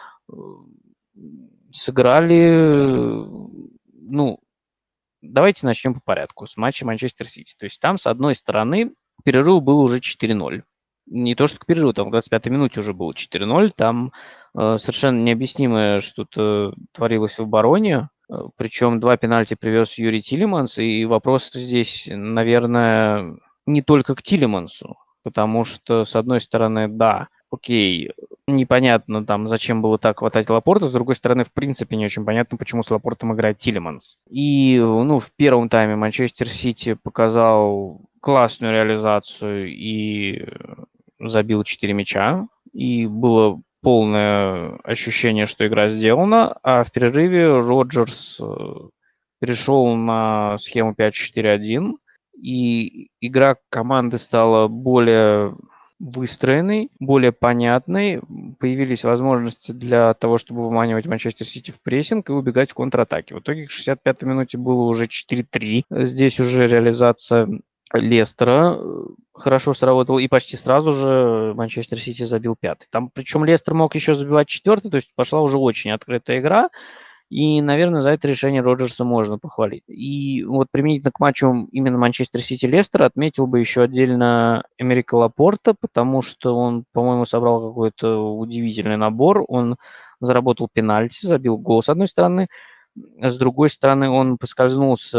A: сыграли, ну, давайте начнем по порядку с матча Манчестер Сити. То есть там, с одной стороны, перерыв был уже четыре ноль. Не то, что к перерыву, там в двадцать пятой минуте уже было четыре ноль. Там э, совершенно необъяснимое что-то творилось в обороне. Причем два пенальти привез Юрий Тилеманс. И вопрос здесь, наверное, не только к Тилемансу. Потому что, с одной стороны, да, окей, непонятно там, зачем было так хватать Лапорта. С другой стороны, в принципе, не очень понятно, почему с Лапортом играет Тилеманс. И, ну, в первом тайме Манчестер Сити показал классную реализацию и забил четыре мяча. И было полное ощущение, что игра сделана. А в перерыве Роджерс перешел на схему пять четыре один. И игра команды стала более выстроенной, более понятной. Появились возможности для того, чтобы выманивать Манчестер Сити в прессинг и убегать в контратаке. В итоге к шестьдесят пятой минуте было уже четыре три. Здесь уже реализация Лестера хорошо сработала, и почти сразу же Манчестер Сити забил пятый. Там, причем Лестер мог еще забивать четвертый, то есть пошла уже очень открытая игра. И, наверное, за это решение Роджерса можно похвалить. И вот применительно к матчу именно Манчестер Сити-Лестер отметил бы еще отдельно Эмерика Лапорта, потому что он, по-моему, собрал какой-то удивительный набор. Он заработал пенальти, забил гол с одной стороны. С другой стороны, он поскользнулся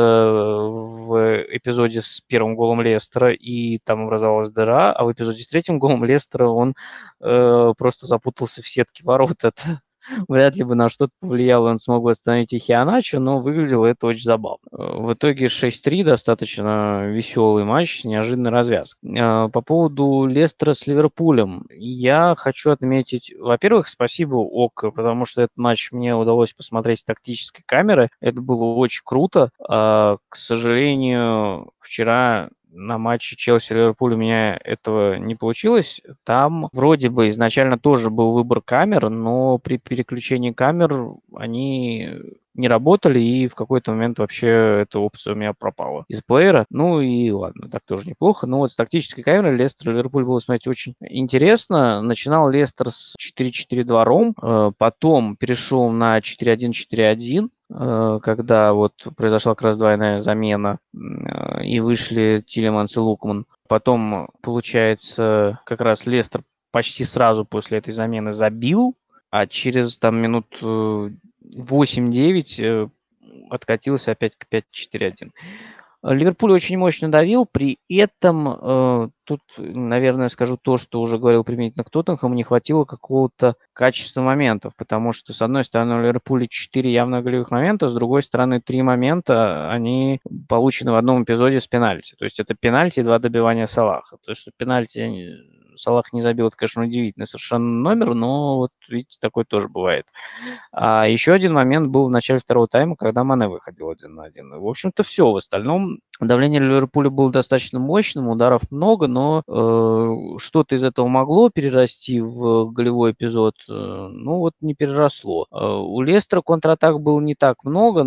A: в эпизоде с первым голом Лестера, и там образовалась дыра, а в эпизоде с третьим голом Лестера он э, просто запутался в сетке ворот. Это вряд ли бы на что-то повлияло, он смог восстановить их Иначо, но выглядело это очень забавно. В итоге шесть три, достаточно веселый матч с неожиданной развязкой. По поводу Лестера с Ливерпулем, я хочу отметить, во-первых, спасибо ОК, потому что этот матч мне удалось посмотреть с тактической камеры, это было очень круто. К сожалению, вчера на матче Челси-Ливерпуль у меня этого не получилось. Там вроде бы изначально тоже был выбор камер, но при переключении камер они не работали, и в какой-то момент вообще эта опция у меня пропала из плеера. Ну и ладно, так тоже неплохо. Но вот с тактической камерой Лестер-Ливерпуль было смотреть очень интересно. Начинал Лестер с четыре четыре два ром, потом перешел на четыре один четыре один, когда вот произошла как раз двойная замена, и вышли Тилеманс и Лукман. Потом, получается, как раз Лестер почти сразу после этой замены забил, а через там минут восемь-девять откатился опять к пять четыре один. Ливерпуль очень мощно давил, при этом э, тут, наверное, скажу то, что уже говорил применительно к Тоттенхэму, не хватило какого-то качества моментов, потому что, с одной стороны, у Ливерпуля четыре явно голевых момента, с другой стороны, три момента, они получены в одном эпизоде с пенальти. То есть это пенальти и два добивания Салаха. То есть что пенальти Салах не забил, это, конечно, удивительный совершенно номер, но вот видите, такое тоже бывает. А еще один момент был в начале второго тайма, когда Мане выходил один на один. В общем-то, все. В остальном давление Ливерпуля было достаточно мощным, ударов много, но э, что-то из этого могло перерасти в голевой эпизод, э, ну вот не переросло. Э, у Лестера контратак было не так много,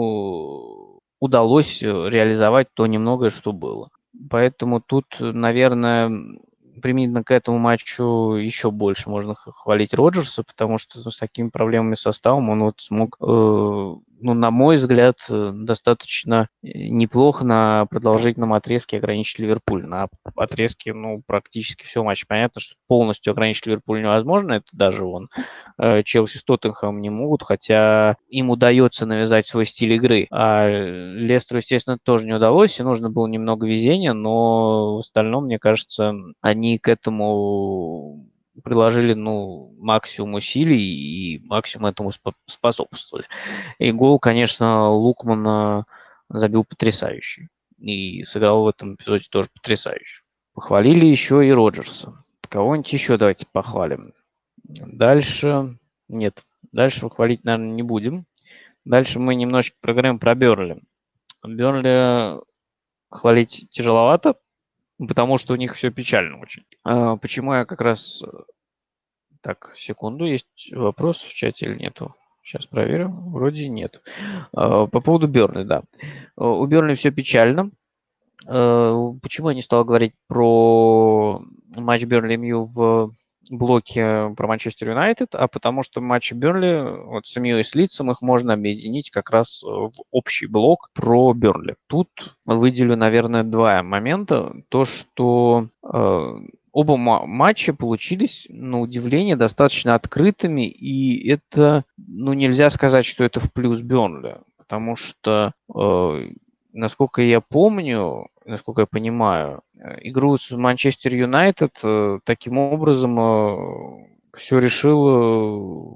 A: но удалось реализовать то немногое, что было. Поэтому тут, наверное, применительно к этому матчу еще больше можно хвалить Роджерса, потому что с такими проблемами с составом он вот смог, э, ну, на мой взгляд, достаточно неплохо на продолжительном отрезке ограничить Ливерпуль. На отрезке, ну, практически все матч. Понятно, что полностью ограничить Ливерпуль невозможно, это даже он. Челси с Тоттенхэмом не могут, хотя им удается навязать свой стиль игры. А Лестеру, естественно, тоже не удалось, и нужно было немного везения, но в остальном, мне кажется, они к этому приложили, ну, максимум усилий и максимум этому способствовали. И гол, конечно, Лукмана забил потрясающий. И сыграл в этом эпизоде тоже потрясающе. Похвалили еще и Роджерса. Кого-нибудь еще давайте похвалим. Дальше... Нет, дальше мы хвалить, наверное, не будем. Дальше мы немножечко проговорим про Бернли. Бернли хвалить тяжеловато, потому что у них все печально очень. А почему я как раз... Так, секунду, есть вопрос в чате или нету? Сейчас проверю. Вроде нет. По поводу Бернли, да. У Бернли все печально. Почему я не стал говорить про матч Бернли-Мью в блоке про Манчестер Юнайтед? А потому что матчи Бернли, вот с Мью и с Лидсом, их можно объединить как раз в общий блок про Бернли. Тут выделю, наверное, два момента. То, что э, оба матча получились, на удивление, достаточно открытыми, и это, ну, нельзя сказать, что это в плюс Бернли, потому что... Э, Насколько я помню, насколько я понимаю, игру с Манчестер Юнайтед таким образом все решило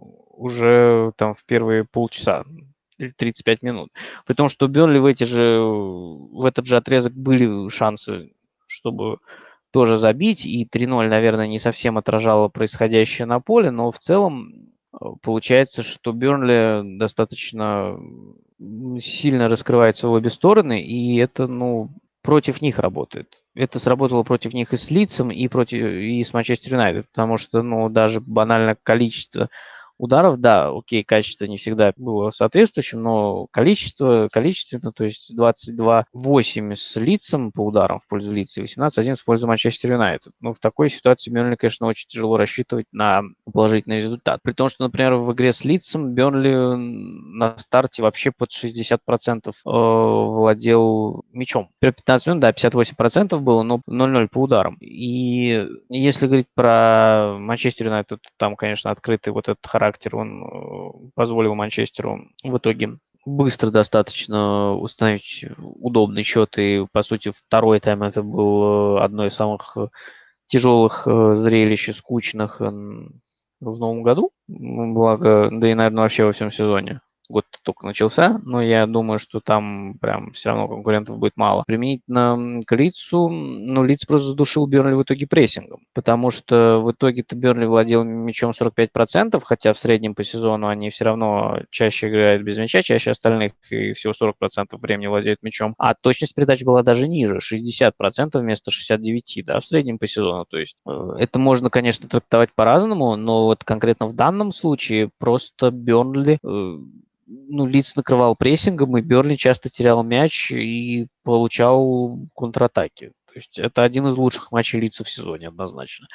A: уже там в первые полчаса или тридцать пять минут. При том, что у Бернли в, эти же, в этот же отрезок были шансы, чтобы тоже забить, и три ноль, наверное, не совсем отражало происходящее на поле, но в целом получается, что Бернли достаточно сильно раскрывается в обе стороны, и это, ну, против них работает. Это сработало против них и с Лидсом, и против и с Манчестер Юнайтед, потому что, ну, даже банально количество ударов, да, окей, качество не всегда было соответствующим, но количество, количественно, то есть двадцать два восемь с Лидсом по ударам в пользу Лидса и восемнадцать один в пользу Манчестер Юнайтед. Ну, в такой ситуации Бернли, конечно, очень тяжело рассчитывать на положительный результат. При том, что, например, в игре с Лидсом Бернли на старте вообще под шестьдесят процентов э, владел мячом. Первые пятнадцать минут, да, пятьдесят восемь процентов было, но ноль ноль по ударам. И если говорить про Манчестер Юнайтед, там, конечно, открытый вот этот характер, он позволил Манчестеру в итоге быстро достаточно установить удобный счет. И, по сути, второй тайм это был одно из самых тяжелых зрелищ и скучных в новом году. Благо, да и, наверное, вообще во всем сезоне. Год только начался, но я думаю, что там прям все равно конкурентов будет мало. Применительно к Лидсу, ну, Лидс просто задушил Бернли в итоге прессингом, потому что в итоге-то Бернли владел мячом сорок пять процентов, хотя в среднем по сезону они все равно чаще играют без мяча, чаще остальных, и всего сорок процентов времени владеют мячом. А точность передач была даже ниже, шестьдесят процентов вместо шестьдесят девять процентов, да, в среднем по сезону. То есть это можно, конечно, трактовать по-разному, но вот конкретно в данном случае просто Бернли... Ну, Лидс накрывал прессингом, и Бернли часто терял мяч и получал контратаки. То есть это один из лучших матчей Лидса в сезоне, однозначно.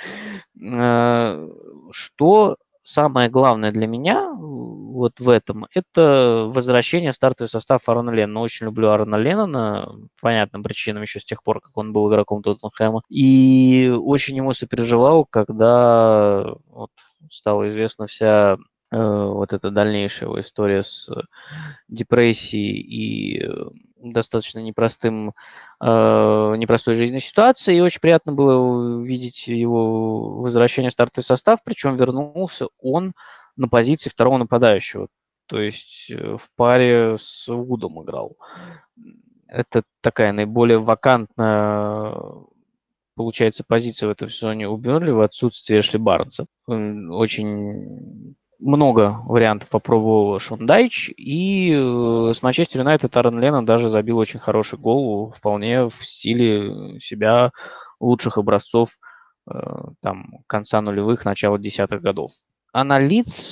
A: Что самое главное для меня вот в этом, это возвращение в стартовый состав Аарона Леннона. Очень люблю Аарона Леннона, по понятным причинам, еще с тех пор, как он был игроком Тоттенхэма. И очень ему сопереживал, когда вот, стала известна вся вот эта дальнейшая его история с депрессией и достаточно непростым, непростой жизненной ситуацией. И очень приятно было видеть его возвращение в стартовый состав, причем вернулся он на позиции второго нападающего. То есть в паре с Вудом играл. Это такая наиболее вакантная получается, позиция в этом сезоне у Бернли в отсутствии Эшли Барнса. Очень много вариантов попробовал Шон Дайч, и э, с Манчестер Юнайтед Аарон Леннон даже забил очень хороший гол, вполне в стиле себя лучших образцов э, там, конца нулевых, начала десятых годов. А на Лидс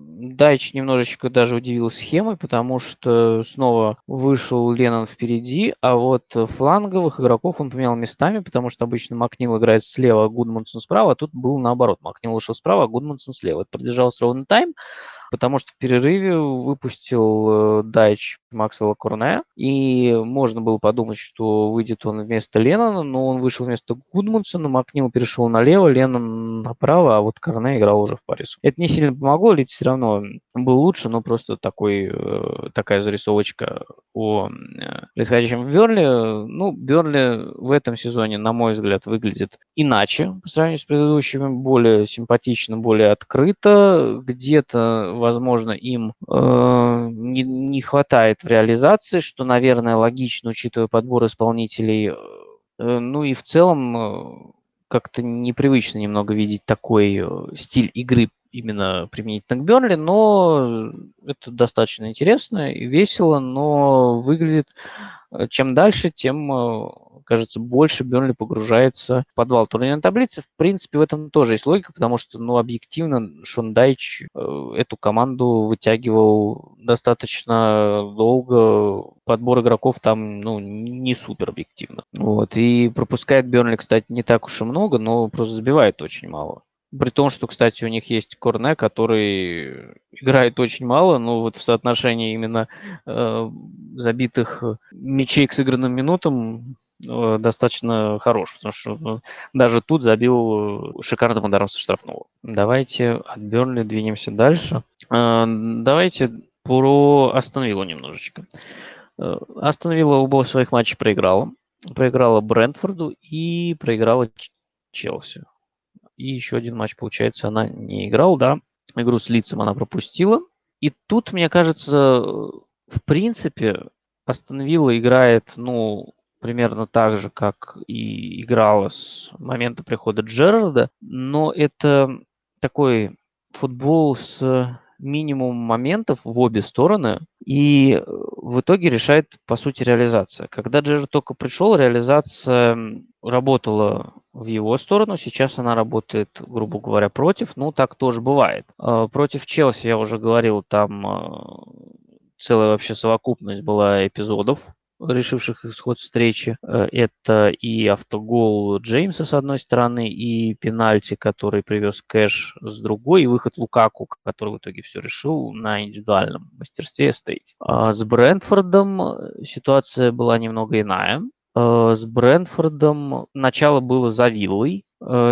A: Дайч немножечко даже удивил схемой, потому что снова вышел Леннон впереди, а вот фланговых игроков он поменял местами, потому что обычно Макнил играет слева, а Гудмансон справа, а тут был наоборот. Макнил вышел справа, а Гудмансон слева. Это продержался ровно тайм, потому что в перерыве выпустил э, Дайч Максвелла Корне, и можно было подумать, что выйдет он вместо Леннона, но он вышел вместо Гудмансона, Макнил перешел налево, Леннон направо, а вот Корне играл уже в паре. Это не сильно помогло, ведь все равно был лучше, но просто такой, э, такая зарисовочка о э, происходящем в Бернли. Ну, Бернли в этом сезоне, на мой взгляд, выглядит иначе по сравнению с предыдущими, более симпатично, более открыто, где-то возможно, им э, не, не хватает в реализации, что, наверное, логично, учитывая подбор исполнителей. Э, ну и в целом э, как-то непривычно немного видеть такой э, стиль игры именно применительно к Бернли, но это достаточно интересно и весело, но выглядит чем дальше, тем, кажется, больше Бернли погружается в подвал турнирной таблицы. В принципе, в этом тоже есть логика, потому что, ну, объективно, Шон Дайч эту команду вытягивал достаточно долго. Подбор игроков там, ну, не супер объективно. Вот. И пропускает Бернли, кстати, не так уж и много, но просто забивает очень мало. При том, что, кстати, у них есть Корне, который играет очень мало, но вот в соотношении именно э, забитых мячей к сыгранным минутам э, достаточно хорош, потому что ну, даже тут забил шикарным ударом со штрафного. Давайте от Бернли двинемся дальше. Э, давайте про Астон Виллу немножечко. Э, Астон Вилла оба своих матчей проиграла. Проиграла Брентфорду и проиграла Челси. И еще один матч, получается, она не играла, да. Игру с Лидсом она пропустила. И тут, мне кажется, в принципе, Астон Вилла играет, ну, примерно так же, как и играла с момента прихода Джерарда. Но это такой футбол с минимум моментов в обе стороны, и в итоге решает, по сути, реализация. Когда Джерард только пришел, реализация работала в его сторону, сейчас она работает, грубо говоря, против, ну, так тоже бывает. Против Челси, я уже говорил, там целая вообще совокупность была эпизодов, решивших исход встречи. Это и автогол Джеймса с одной стороны, и пенальти, который привез Кэш с другой, и выход Лукаку, который в итоге все решил на индивидуальном мастерстве стоять. А с Брентфордом ситуация была немного иная. С Брентфордом начало было за Виллой.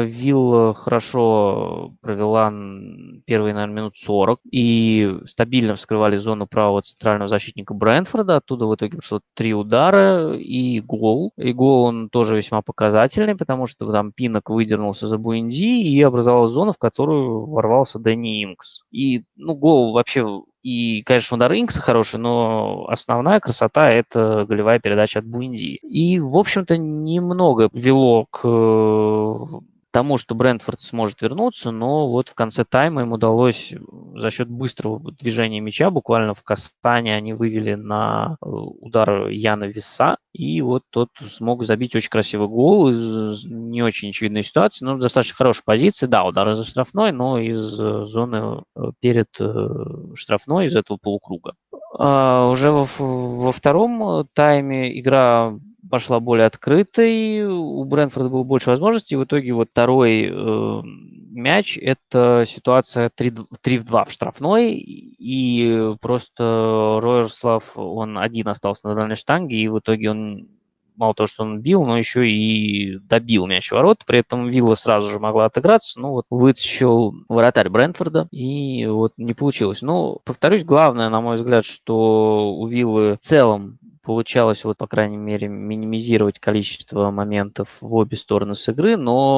A: Вилла хорошо провела первые, наверное, минут сорок и стабильно вскрывали зону правого центрального защитника Брентфорда. Оттуда в итоге пришло три удара и гол. И гол он тоже весьма показательный, потому что там Пинок выдернулся за Буэнди и образовалась зона, в которую ворвался Дэнни Инкс. И, ну, гол вообще... И, конечно, удар Инкса хороший, но основная красота – это голевая передача от Буэнди. И, в общем-то, немного вело к тому, что Брентфорд сможет вернуться, но вот в конце тайма им удалось за счет быстрого движения мяча, буквально в касании они вывели на удар Яна Виса, и вот тот смог забить очень красивый гол из не очень очевидной ситуации, но достаточно хорошей позиции. Да, удар из штрафной, но из зоны перед штрафной, из этого полукруга. А уже во, во втором тайме игра пошла более открытой, у Брентфорда было больше возможностей, и в итоге вот второй э, мяч – это ситуация три в два в штрафной, и просто Роерслав, он один остался на дальней штанге, и в итоге он мало того, что он бил, но еще и добил мяч в ворот, при этом Вилла сразу же могла отыграться, ну вот вытащил вратарь Брентфорда, и вот не получилось. Но, повторюсь, главное, на мой взгляд, что у Виллы в целом получалось, вот, по крайней мере, минимизировать количество моментов в обе стороны с игры,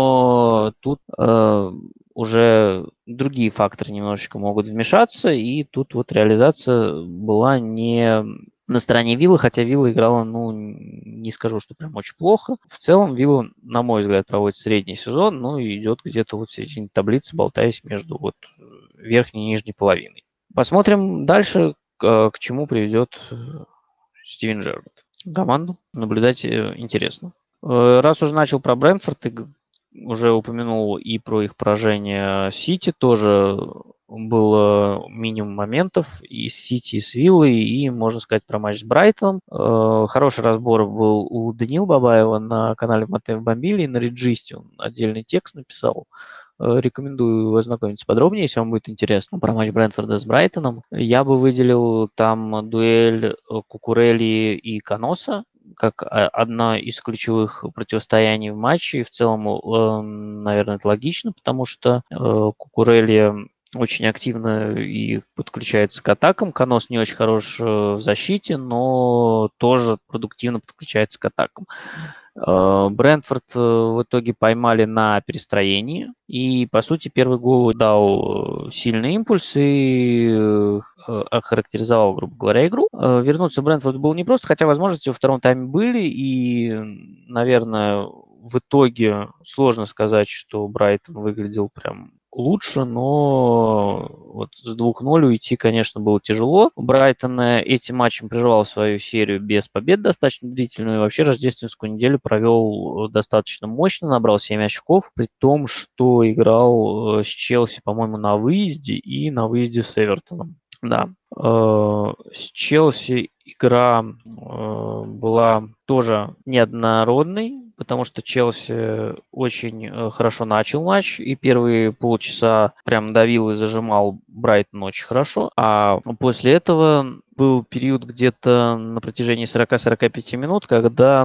A: но тут э, уже другие факторы немножечко могут вмешаться, и тут вот реализация была не на стороне Виллы, хотя Вилла играла, ну, не скажу, что прям очень плохо. В целом Вилла, на мой взгляд, проводит средний сезон, ну и идет где-то вот в середине таблицы, болтаясь между вот верхней и нижней половиной. Посмотрим дальше, к, к чему приведет Стивен Джерард. Команду наблюдать интересно. Раз уже начал про Брентфорд, и уже упомянул и про их поражение Сити, тоже было минимум моментов и с Сити, и с Виллой, и, можно сказать, про матч с Брайтоном. Хороший разбор был у Даниила Бабаева на канале Матео Бомбили, и на Реджисте он отдельный текст написал. Рекомендую ознакомиться подробнее, если вам будет интересно, про матч Брентфорда с Брайтоном. Я бы выделил там дуэль Кукурелли и Каноса как одна из ключевых противостояний в матче. И в целом, наверное, это логично, потому что Кукурелли очень активно и подключается к атакам. Канос не очень хорош в защите, но тоже продуктивно подключается к атакам. Брентфорд в итоге поймали на перестроении, и, по сути, первый гол дал сильный импульс и охарактеризовал, грубо говоря, игру. Вернуться Брентфорду было непросто, хотя возможности во втором тайме были, и, наверное, в итоге сложно сказать, что Брайтон выглядел прям лучше, но вот с двух ноль уйти, конечно, было тяжело. Брайтон этим матчем прервал свою серию без побед достаточно длительную, и вообще рождественскую неделю провел достаточно мощно, набрал семь очков, при том, что играл с Челси, по-моему, на выезде и на выезде с Эвертоном. Да. С Челси игра была тоже неоднородной, потому что Челси очень хорошо начал матч, и первые полчаса прям давил и зажимал Брайтон очень хорошо, а после этого был период где-то на протяжении сорок-сорок пять минут, когда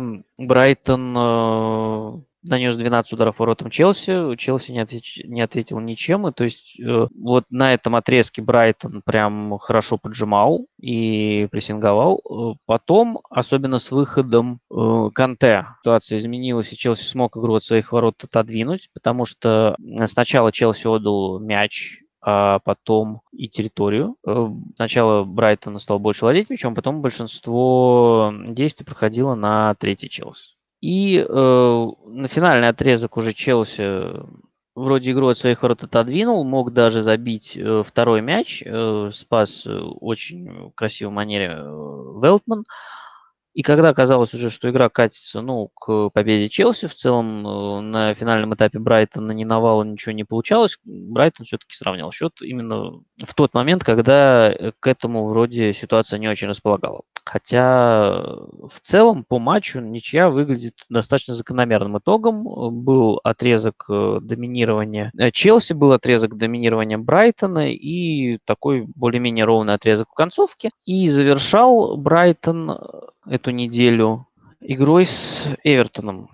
A: Брайтон нанес двенадцать ударов воротам Челси, Челси не, ответь, не ответил ничем, и то есть э, вот на этом отрезке Брайтон прям хорошо поджимал и прессинговал. Потом, особенно с выходом э, Канте, ситуация изменилась, и Челси смог игру от своих ворот отодвинуть, потому что сначала Челси отдал мяч, а потом и территорию. Сначала Брайтон стал больше владеть мячом, потом большинство действий проходило на третий Челси. И э, на финальный отрезок уже Челси вроде игру от своих ворот отодвинул, мог даже забить э, второй мяч, э, спас очень красивой манере э, Велтман. И когда оказалось уже, что игра катится, ну, к победе Челси, в целом э, на финальном этапе Брайтона ни навала ничего не получалось, Брайтон все-таки сравнял счет именно в тот момент, когда к этому вроде ситуация не очень располагала. Хотя в целом по матчу ничья выглядит достаточно закономерным итогом. Был отрезок доминирования Челси, был отрезок доминирования Брайтона и такой более-менее ровный отрезок в концовке. И завершал Брайтон эту неделю игрой с Эвертоном.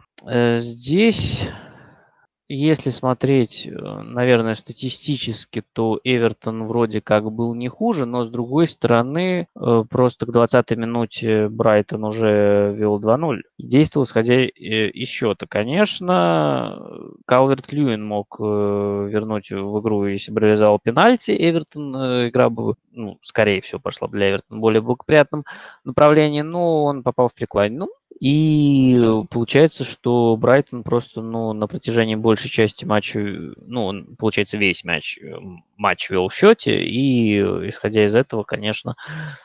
A: Здесь, если смотреть, наверное, статистически, то Эвертон вроде как был не хуже, но с другой стороны, просто к двадцатой минуте Брайтон уже вел два ноль. Действовал, исходя из счета. Конечно, Калверт-Льюин мог вернуть в игру, если бы реализовал пенальти. Эвертон, игра бы, ну, скорее всего, пошла бы для Эвертона в более благоприятном направлении, но он попал в преклайн. Ну, и получается, что Брайтон просто, ну, на протяжении большей части матча, ну, он, получается, весь матч, матч вел в счете, и, исходя из этого, конечно,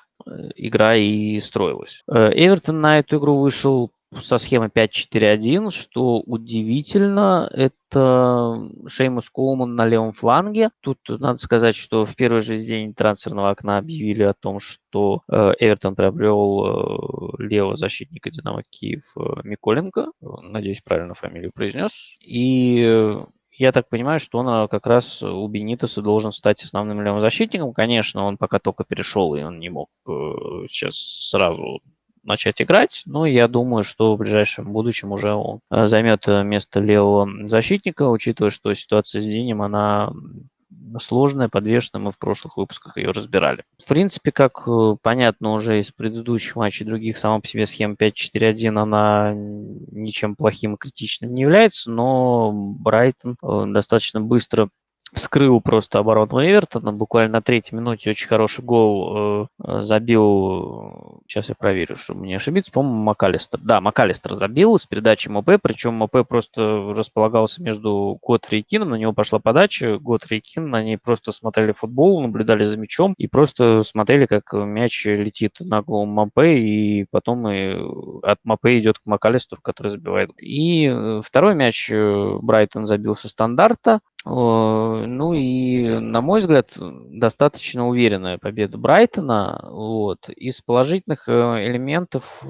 A: игра и строилась. Эвертон на эту игру вышел со схемы пять четыре один, что удивительно, это Шеймус Коулман на левом фланге. Тут надо сказать, что в первый же день трансферного окна объявили о том, что Эвертон приобрел левого защитника Динамо Киев Миколенко. Надеюсь, правильно фамилию произнес. И я так понимаю, что он как раз у Бенитеса должен стать основным левым защитником. Конечно, он пока только перешел, и он не мог сейчас сразу начать играть, но я думаю, что в ближайшем будущем уже он займет место левого защитника, учитывая, что ситуация с Динем, она сложная, подвешенная, мы в прошлых выпусках ее разбирали. В принципе, как понятно уже из предыдущих матчей других, сама по себе схема пять четыре один, она ничем плохим и критичным не является, но Брайтон достаточно быстро вскрыл просто оборону Эвертона. Буквально на третьей минуте очень хороший гол э, забил. Сейчас я проверю, чтобы не ошибиться. По-моему, МакАлистер. Да, МакАлистер забил с передачи МП. Причем МП просто располагался между Готфри и Кином. На него пошла подача. Готфри и Кин, они просто смотрели футбол, наблюдали за мячом и просто смотрели, как мяч летит на голову МП. И потом и от МП идет к МакАлистеру, который забивает. И второй мяч Брайтон забил со стандарта. Ну и, на мой взгляд, достаточно уверенная победа Брайтона. Вот. Из положительных элементов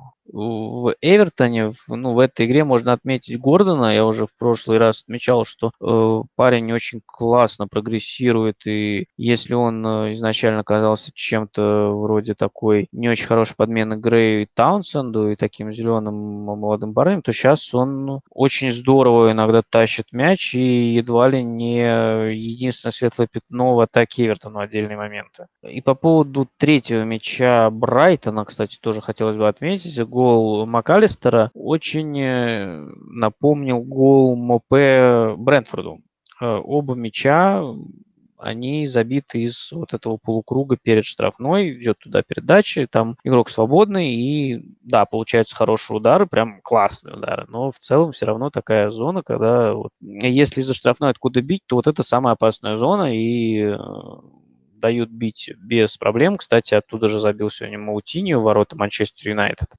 A: в Эвертоне, в, ну, в этой игре можно отметить Гордона. Я уже в прошлый раз отмечал, что э, парень очень классно прогрессирует, и если он э, изначально казался чем-то вроде такой не очень хорошей подмены Грею и Таунсенду и таким зеленым молодым парнем, то сейчас он очень здорово иногда тащит мяч и едва ли не единственное светлое пятно в атаке Эвертона в отдельные моменты. И по поводу третьего мяча Брайтона, кстати, тоже хотелось бы отметить, гол МакАлистера очень напомнил гол МП Брентфорду. Оба мяча, они забиты из вот этого полукруга перед штрафной, идет туда передача, там игрок свободный, и да, получаются хорошие удары, прям классные удары, но в целом все равно такая зона, когда вот, если за штрафной откуда бить, то вот это самая опасная зона, и дают бить без проблем. Кстати, оттуда же забил сегодня Маутиньо в ворота Манчестер Юнайтед.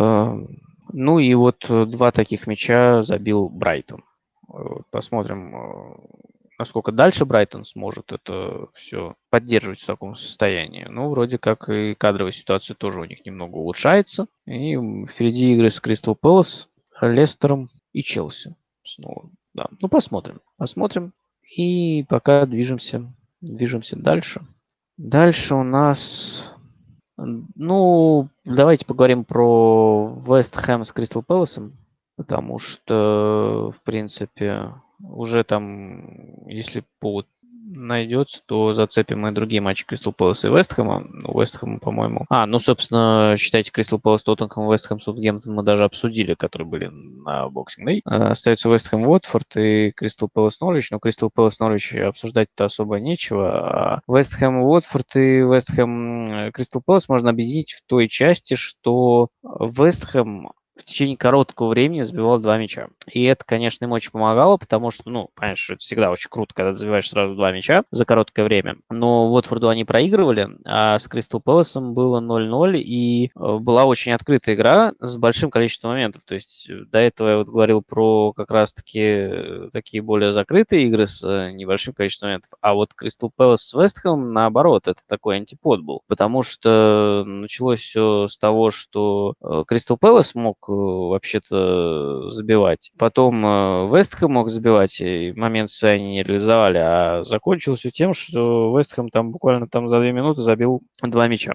A: Ну и вот два таких мяча забил Брайтон. Посмотрим, насколько дальше Брайтон сможет это все поддерживать в таком состоянии. Ну, вроде как и кадровая ситуация тоже у них немного улучшается. И впереди игры с Кристал Пэлас, Лестером и Челси. Снова. Да. Ну, посмотрим. Посмотрим. И пока движемся, движемся дальше. Дальше у нас... Ну, давайте поговорим про Вест Хэм с Кристал Пэласом, потому что, в принципе, уже там, если повод найдется, то зацепим и другие матчи Кристал Пэласа и Вест Хэма. Вест Хэм, по-моему... А, ну, собственно, считайте, Кристал Пэлас, Тоттенхэм, Вест Хэм, Саутгемптон мы даже обсудили, которые были на Боксинг Дэй. Остается Вест Хэм, Уотфорд и Кристал Пэлас, Норвич. Но Кристал Пэлас, Норвич обсуждать-то особо нечего. Вест Хэм, Уотфорд и Вест Хэм, Кристал Пэлас можно объединить в той части, что Вест Хэм в течение короткого времени забивал два мяча. И это, конечно, им очень помогало, потому что, ну, понимаешь, что это всегда очень круто, когда ты забиваешь сразу два мяча за короткое время. Но Уотфорду они проигрывали, а с Кристал Пэласом было ноль-ноль, и была очень открытая игра с большим количеством моментов. То есть до этого я вот говорил про как раз-таки такие более закрытые игры с небольшим количеством моментов. А вот Кристал Пэлас с Вест Хэмом, наоборот, это такой антипод был. Потому что началось все с того, что Кристал Пэлас мог вообще-то забивать. Потом Вест Хэм мог забивать, и момент они не реализовали, а закончилось все тем, что Вест Хэм там буквально там за две минуты забил два мяча.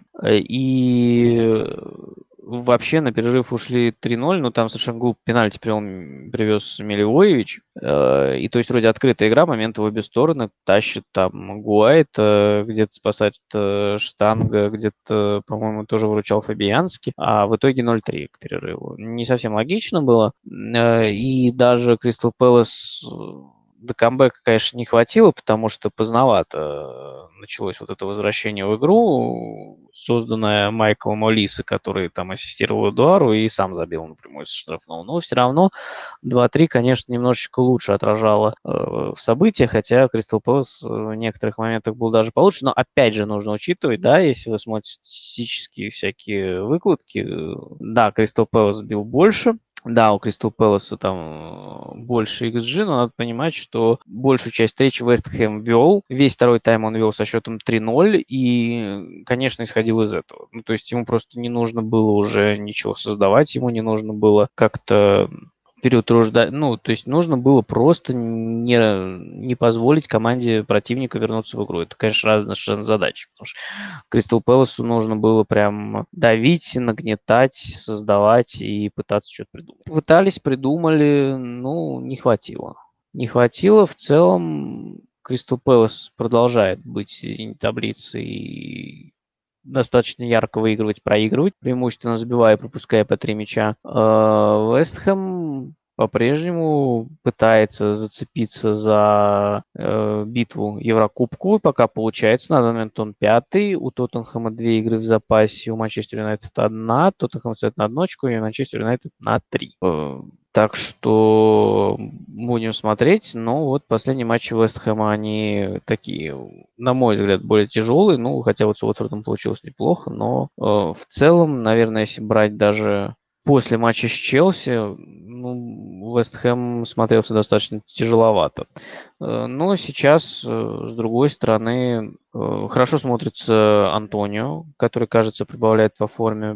A: И вообще на перерыв ушли три-ноль, но там совершенно глупо пенальти привез Милевоевич. И то есть вроде открытая игра, моменты в обе стороны, тащит там Гуайт, где-то спасает Штанга, где-то, по-моему, тоже выручал Фабианский, а в итоге ноль-три к перерыву. Не совсем логично было. И даже Кристал Пэлас до камбэка, конечно, не хватило, потому что поздновато началось вот это возвращение в игру, созданное Майклом Олиса, который там ассистировал Эдуару и сам забил напрямую со штрафного. Но все равно два-три, конечно, немножечко лучше отражало э, события, хотя Кристал Пэлас в некоторых моментах был даже получше. Но опять же нужно учитывать, да, если вы смотрите статистические всякие выкладки, да, Кристал Пэлас бил больше. Да, у Кристал Пэласа там больше икс джи, но надо понимать, что большую часть встречи Вест Хэм вел. Весь второй тайм он вел со счетом три-ноль и, конечно, исходил из этого. Ну, то есть ему просто не нужно было уже ничего создавать, ему не нужно было как-то переутруждать. Ну, то есть нужно было просто не, не позволить команде противника вернуться в игру. Это, конечно, разные совершенно задачи. Потому что Кристал Пэласу нужно было прям давить, нагнетать, создавать и пытаться что-то придумать. Пытались, придумали, ну, не хватило. Не хватило. В целом Кристал Пэлас продолжает быть в середине таблицы и достаточно ярко выигрывать, проигрывать, преимущественно забивая и пропуская по три мяча. Вест Хэм по-прежнему пытается зацепиться за э, битву Еврокубку, пока получается. На данный момент он пятый, у Тоттенхэма две игры в запасе, у Манчестер Юнайтед одна, Тоттенхэм стоит на одну очку, и Манчестер Юнайтед на три. Э, так что будем смотреть. Но вот последние матчи Вест Хэма, они такие, на мой взгляд, более тяжелые. Ну, хотя вот с Уотфордом получилось неплохо, но э, в целом, наверное, если брать даже после матча с Челси, ну, Вест Хэм смотрелся достаточно тяжеловато. Но сейчас, с другой стороны, хорошо смотрится Антонио, который, кажется, прибавляет по форме.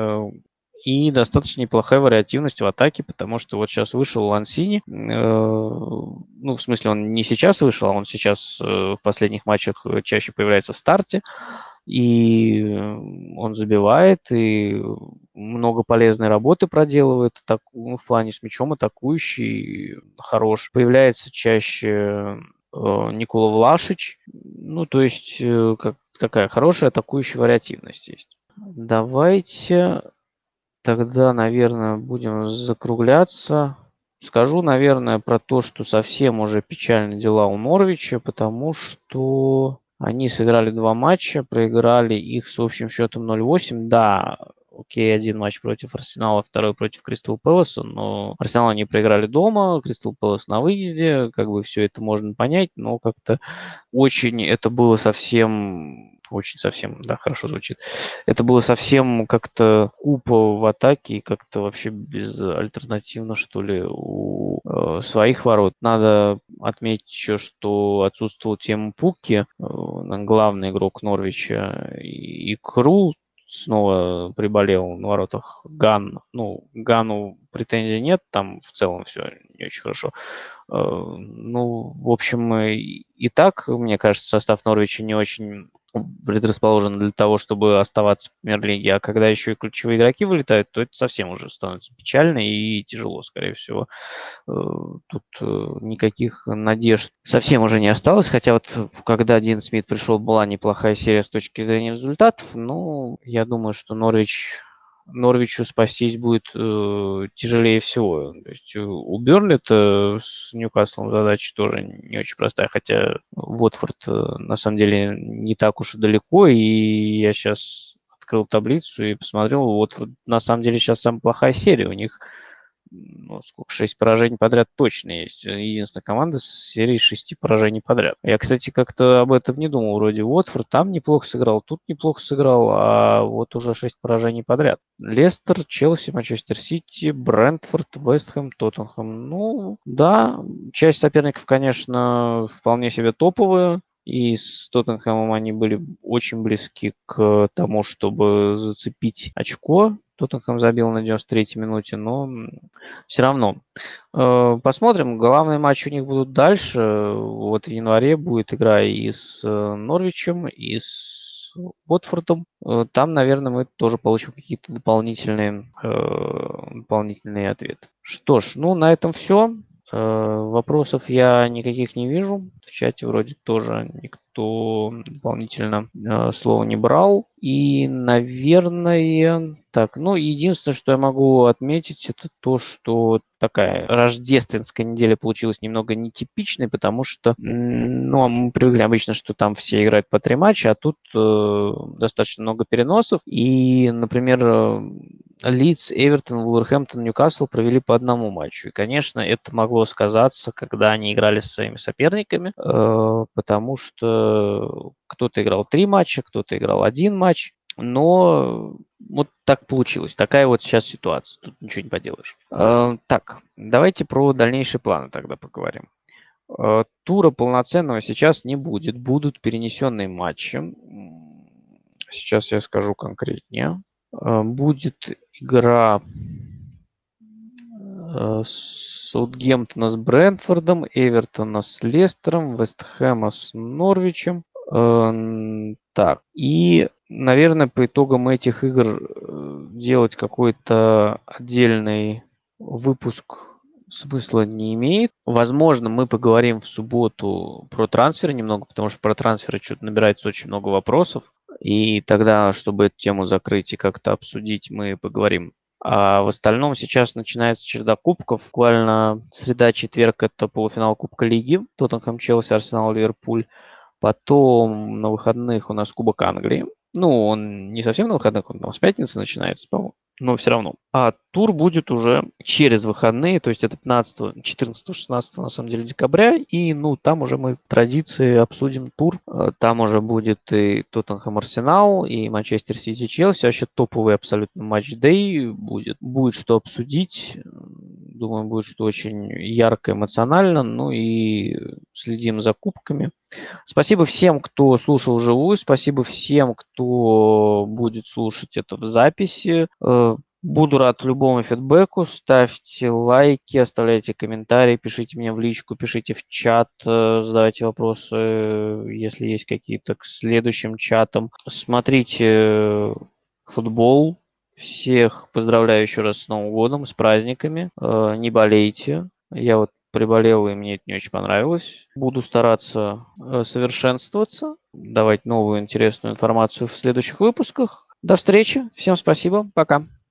A: И достаточно неплохая вариативность в атаке, потому что вот сейчас вышел Лансини. Ну, в смысле, он не сейчас вышел, а он сейчас в последних матчах чаще появляется в старте. И он забивает, и много полезной работы проделывает так, ну, в плане с мячом атакующий, хорош. Появляется чаще э, Никола Влашич. Ну, то есть э, как, такая хорошая атакующая вариативность есть. Давайте тогда, наверное, будем закругляться. Скажу, наверное, про то, что совсем уже печальные дела у Норвича, потому что они сыграли два матча, проиграли их с общим счетом ноль восемь. Да, окей, один матч против Арсенала, второй против Кристал Пэласа, но Арсенал они проиграли дома, Кристал Пэлас на выезде, как бы все это можно понять, но как-то очень это было совсем... Очень совсем, да, хорошо звучит. Это было совсем как-то купо в атаке и как-то вообще безальтернативно, что ли, у э, своих ворот. Надо отметить еще, что отсутствовал Тему Пукки, э, главный игрок Норвича, и, и Кру снова приболел на воротах Ган. Ну, Гану претензий нет, там в целом все не очень хорошо. Э, ну, в общем, и, и так, мне кажется, состав Норвича не очень предрасположен для того, чтобы оставаться в премьер-лиге, а когда еще и ключевые игроки вылетают, то это совсем уже становится печально и тяжело, скорее всего. Тут никаких надежд совсем уже не осталось, хотя вот когда Дин Смит пришел, была неплохая серия с точки зрения результатов, но я думаю, что Норвич... Норвичу спастись будет э, тяжелее всего. То есть у Бернли-то с Ньюкаслом задача тоже не очень простая, хотя Уотфорд э, на самом деле не так уж и далеко, и я сейчас открыл таблицу и посмотрел, Уотфорд на самом деле сейчас самая плохая серия, у них ну, сколько, шесть поражений подряд точно есть. Единственная команда с серией шести поражений подряд. Я, кстати, как-то об этом не думал. Вроде Уотфорд там неплохо сыграл, тут неплохо сыграл, а вот уже шесть поражений подряд. Лестер, Челси, Манчестер Сити, Брентфорд, Вестхэм, Тоттенхэм. Ну, да, часть соперников, конечно, вполне себе топовые. И с Тоттенхэмом они были очень близки к тому, чтобы зацепить очко. Тоттенхэм забил на девяносто третьей минуте, но все равно. Посмотрим. Главные матчи у них будут дальше. Вот в январе будет игра и с Норвичем, и с Уотфордом. Там, наверное, мы тоже получим какие-то дополнительные, дополнительные ответы. Что ж, ну на этом все. Вопросов я никаких не вижу. В чате вроде тоже никто дополнительно э, слова не брал. И, наверное, так, ну, единственное, что я могу отметить, это то, что такая рождественская неделя получилась немного нетипичной, потому что, ну, мы привыкли обычно, что там все играют по три матча, а тут э, достаточно много переносов. И, например, Лидс, Эвертон, Вулверхэмптон, Ньюкасл провели по одному матчу. И, конечно, это могло сказаться, когда они играли со своими соперниками, э, потому что кто-то играл три матча, кто-то играл один матч. Но вот так получилось. Такая вот сейчас ситуация. Тут ничего не поделаешь. Э, так, давайте про дальнейшие планы тогда поговорим. Э, тура полноценного сейчас не будет. Будут перенесенные матчи. Сейчас я скажу конкретнее. Э, будет игра э, Саутгемптона с Брентфордом, Эвертона с Лестером, Вестхэма с Норвичем. Э, так, и, наверное, по итогам этих игр делать какой-то отдельный выпуск смысла не имеет. Возможно, мы поговорим в субботу про трансферы немного, потому что про трансферы что-то набирается очень много вопросов. И тогда, чтобы эту тему закрыть и как-то обсудить, мы поговорим А в остальном сейчас начинается череда кубков. Буквально среда-четверг – это полуфинал Кубка Лиги. Тоттенхэм, Челси, Арсенал, Ливерпуль. Потом на выходных у нас Кубок Англии. Ну, он не совсем на выходных, он там с пятницы начинается, по-моему, но все равно. А тур будет уже через выходные, то есть это пятнадцатого, четырнадцатого, шестнадцатого, на самом деле, декабря. И, ну, там уже мы традиции обсудим тур. Там уже будет и Тоттенхэм Арсенал, и Манчестер Сити Челси. Вообще топовый абсолютно матч-дэй будет. Будет что обсудить. Думаю, будет что очень ярко, эмоционально. Ну и следим за кубками. Спасибо всем, кто слушал вживую. Спасибо всем, кто будет слушать это в записи. Буду рад любому фидбэку. Ставьте лайки, оставляйте комментарии, пишите мне в личку, пишите в чат, задавайте вопросы, если есть какие-то к следующим чатам. Смотрите футбол. Всех поздравляю еще раз с Новым годом, с праздниками. Не болейте. Я вот приболел, и мне это не очень понравилось. Буду стараться совершенствоваться, давать новую интересную информацию в следующих выпусках. До встречи. Всем спасибо. Пока.